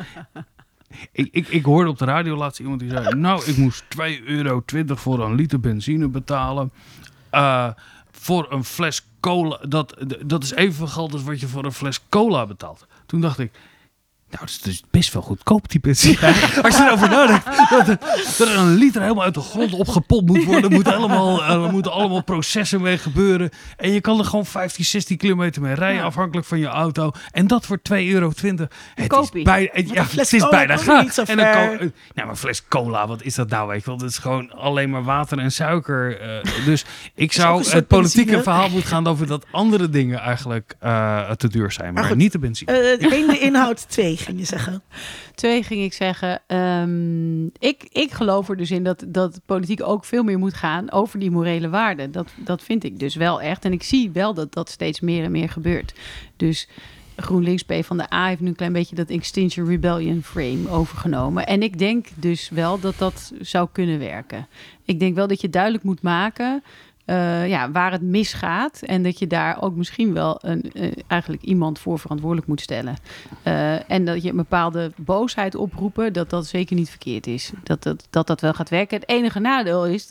Ik hoorde op de radio laatst iemand die zei... Nou, ik moest €2,20 voor een liter benzine betalen. Voor een fles cola. Dat is evenveel geld als wat je voor een fles cola betaalt. Toen dacht ik... Nou, dat is dus best wel goedkoop, die benzine. Als je erover nadenkt, dat er een liter helemaal uit de grond opgepompt moet worden. Er moeten allemaal processen mee gebeuren. En je kan er gewoon 15, 16 kilometer mee rijden, afhankelijk van je auto. En dat voor €2,20. Het is bijna gaaf. En dan maar een fles cola, wat is dat nou? Weet je wel? Dat is gewoon alleen maar water en suiker. Dus ik zou het politieke verhaal moeten gaan over dat andere dingen eigenlijk te duur zijn. Maar goed, niet de benzine. De inhoud 2. Ging je zeggen? 2 ging ik zeggen. Ik geloof er dus in dat politiek ook veel meer moet gaan over die morele waarden. Dat vind ik dus wel echt. En ik zie wel dat dat steeds meer en meer gebeurt. Dus GroenLinks PvdA heeft nu een klein beetje dat Extinction Rebellion frame overgenomen. En ik denk dus wel dat dat zou kunnen werken. Ik denk wel dat je duidelijk moet maken... waar het misgaat. En dat je daar ook misschien wel eigenlijk iemand voor verantwoordelijk moet stellen. En dat je een bepaalde boosheid oproepen, dat zeker niet verkeerd is. Dat wel gaat werken. Het enige nadeel is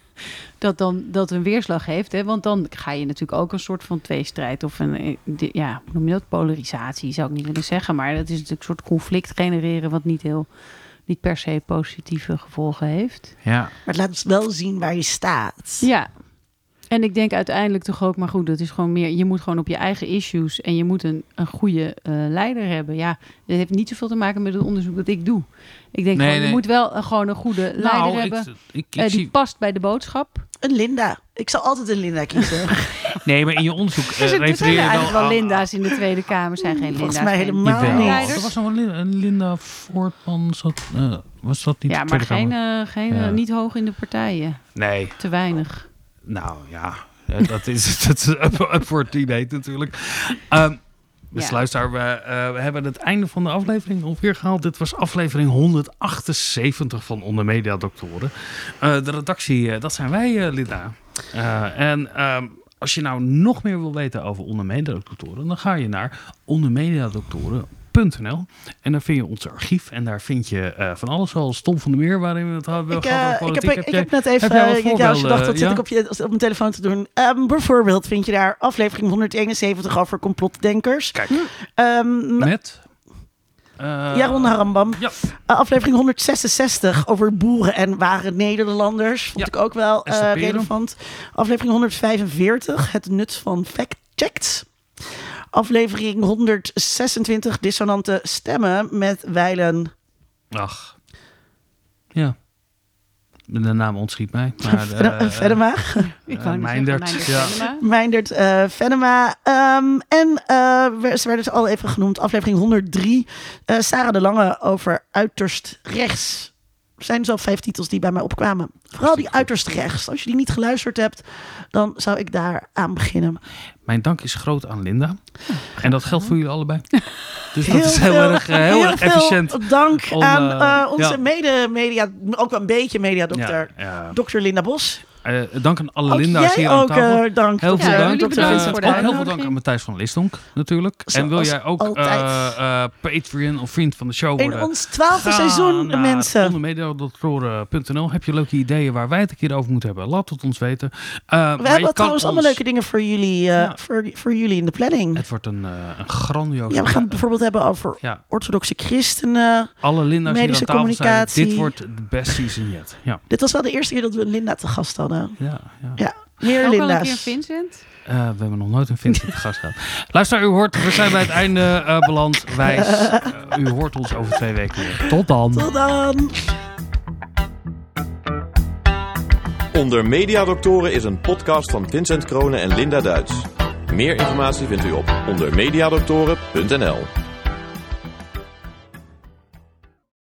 dat een weerslag heeft. Hè? Want dan ga je natuurlijk ook een soort van tweestrijd of hoe noem je dat? Polarisatie zou ik niet willen zeggen. Maar dat is natuurlijk een soort conflict genereren wat niet per se positieve gevolgen heeft. Ja. Maar het laat wel zien waar je staat. Ja. En ik denk uiteindelijk toch ook, maar goed, dat is gewoon meer... Je moet gewoon op je eigen issues en je moet een goede leider hebben. Ja, dat heeft niet zoveel te maken met het onderzoek dat ik doe. Ik denk je moet wel gewoon een goede leider hebben. Die past bij de boodschap. Een Linda. Ik zal altijd een Linda kiezen. Nee, maar in je onderzoek refereer je eigenlijk wel Linda's in de Tweede Kamer. Zijn geen Linda's. Volgens mij helemaal niet. Er was nog een Linda Voortman. Was dat niet? Ja, maar geen niet hoog in de partijen. Nee. Te weinig. Nou ja, dat is up voor het debate natuurlijk. Dus luister, we hebben het einde van de aflevering ongeveer gehaald. Dit was aflevering 178 van Onder Media Doctoren. De redactie, dat zijn wij, Linda. Als je nou nog meer wil weten over Onder Media Doctoren, dan ga je naar ondermediadoctoren.nl. En daar vind je ons archief. En daar vind je van alles, zoals Tom van der Meer, waarin we het hadden gehad over politiek. Ik heb net even, als je dacht, dat zit ik op mijn telefoon te doen. Bijvoorbeeld vind je daar aflevering 171 over complotdenkers. Kijk, met... Jaron Harambam. Ja. Aflevering 166 over boeren en ware Nederlanders. Vond ik ook wel relevant. Aflevering 145, het nut van fact-checks. Aflevering 126, dissonante stemmen met Wijlen. Ach. Ja. De naam ontschiet mij. Venema. Meindert Venema. Ze werden dus al even genoemd. Aflevering 103. Sarah de Lange over uiterst rechts. Er zijn dus al 5 titels die bij mij opkwamen. Vooral die uiterst rechts. Als je die niet geluisterd hebt, dan zou ik daar aan beginnen. Mijn dank is groot aan Linda. En dat geldt voor jullie allebei. Dus dat is heel erg efficiënt. Dank aan onze mede-media, ook wel een beetje mediadokter, Dr. Linda Bos. Dank aan alle Linda's hier aan tafel. Dank. Heel veel dank. Heel veel dank aan Matthijs van Listonk natuurlijk. En wil jij ook Patreon of vriend van de show worden? In ons 12e seizoen, mensen. Ondermediadoctoren.nl. Heb je leuke ideeën waar wij het een keer over moeten hebben? Laat het ons weten. We hebben trouwens allemaal leuke dingen voor jullie, voor jullie in de planning. Het wordt een grandioos. Ja, we gaan het bijvoorbeeld hebben over orthodoxe christenen. Alle Linda's medische hier aan tafel communicatie. Zijn. Dit wordt de best season yet. Ja. Dit was wel de eerste keer dat we een Linda te gast hadden. Ja. Meer ook Linda's. Al een keer Vincent? We hebben nog nooit een Vincent te gast gehad. Luister, we zijn bij het einde beland. U hoort ons over 2 weken weer. Tot dan. Tot dan. Onder Mediadoktoren is een podcast van Vincent Kroonen en Linda Duits. Meer informatie vindt u op ondermediadoktoren.nl.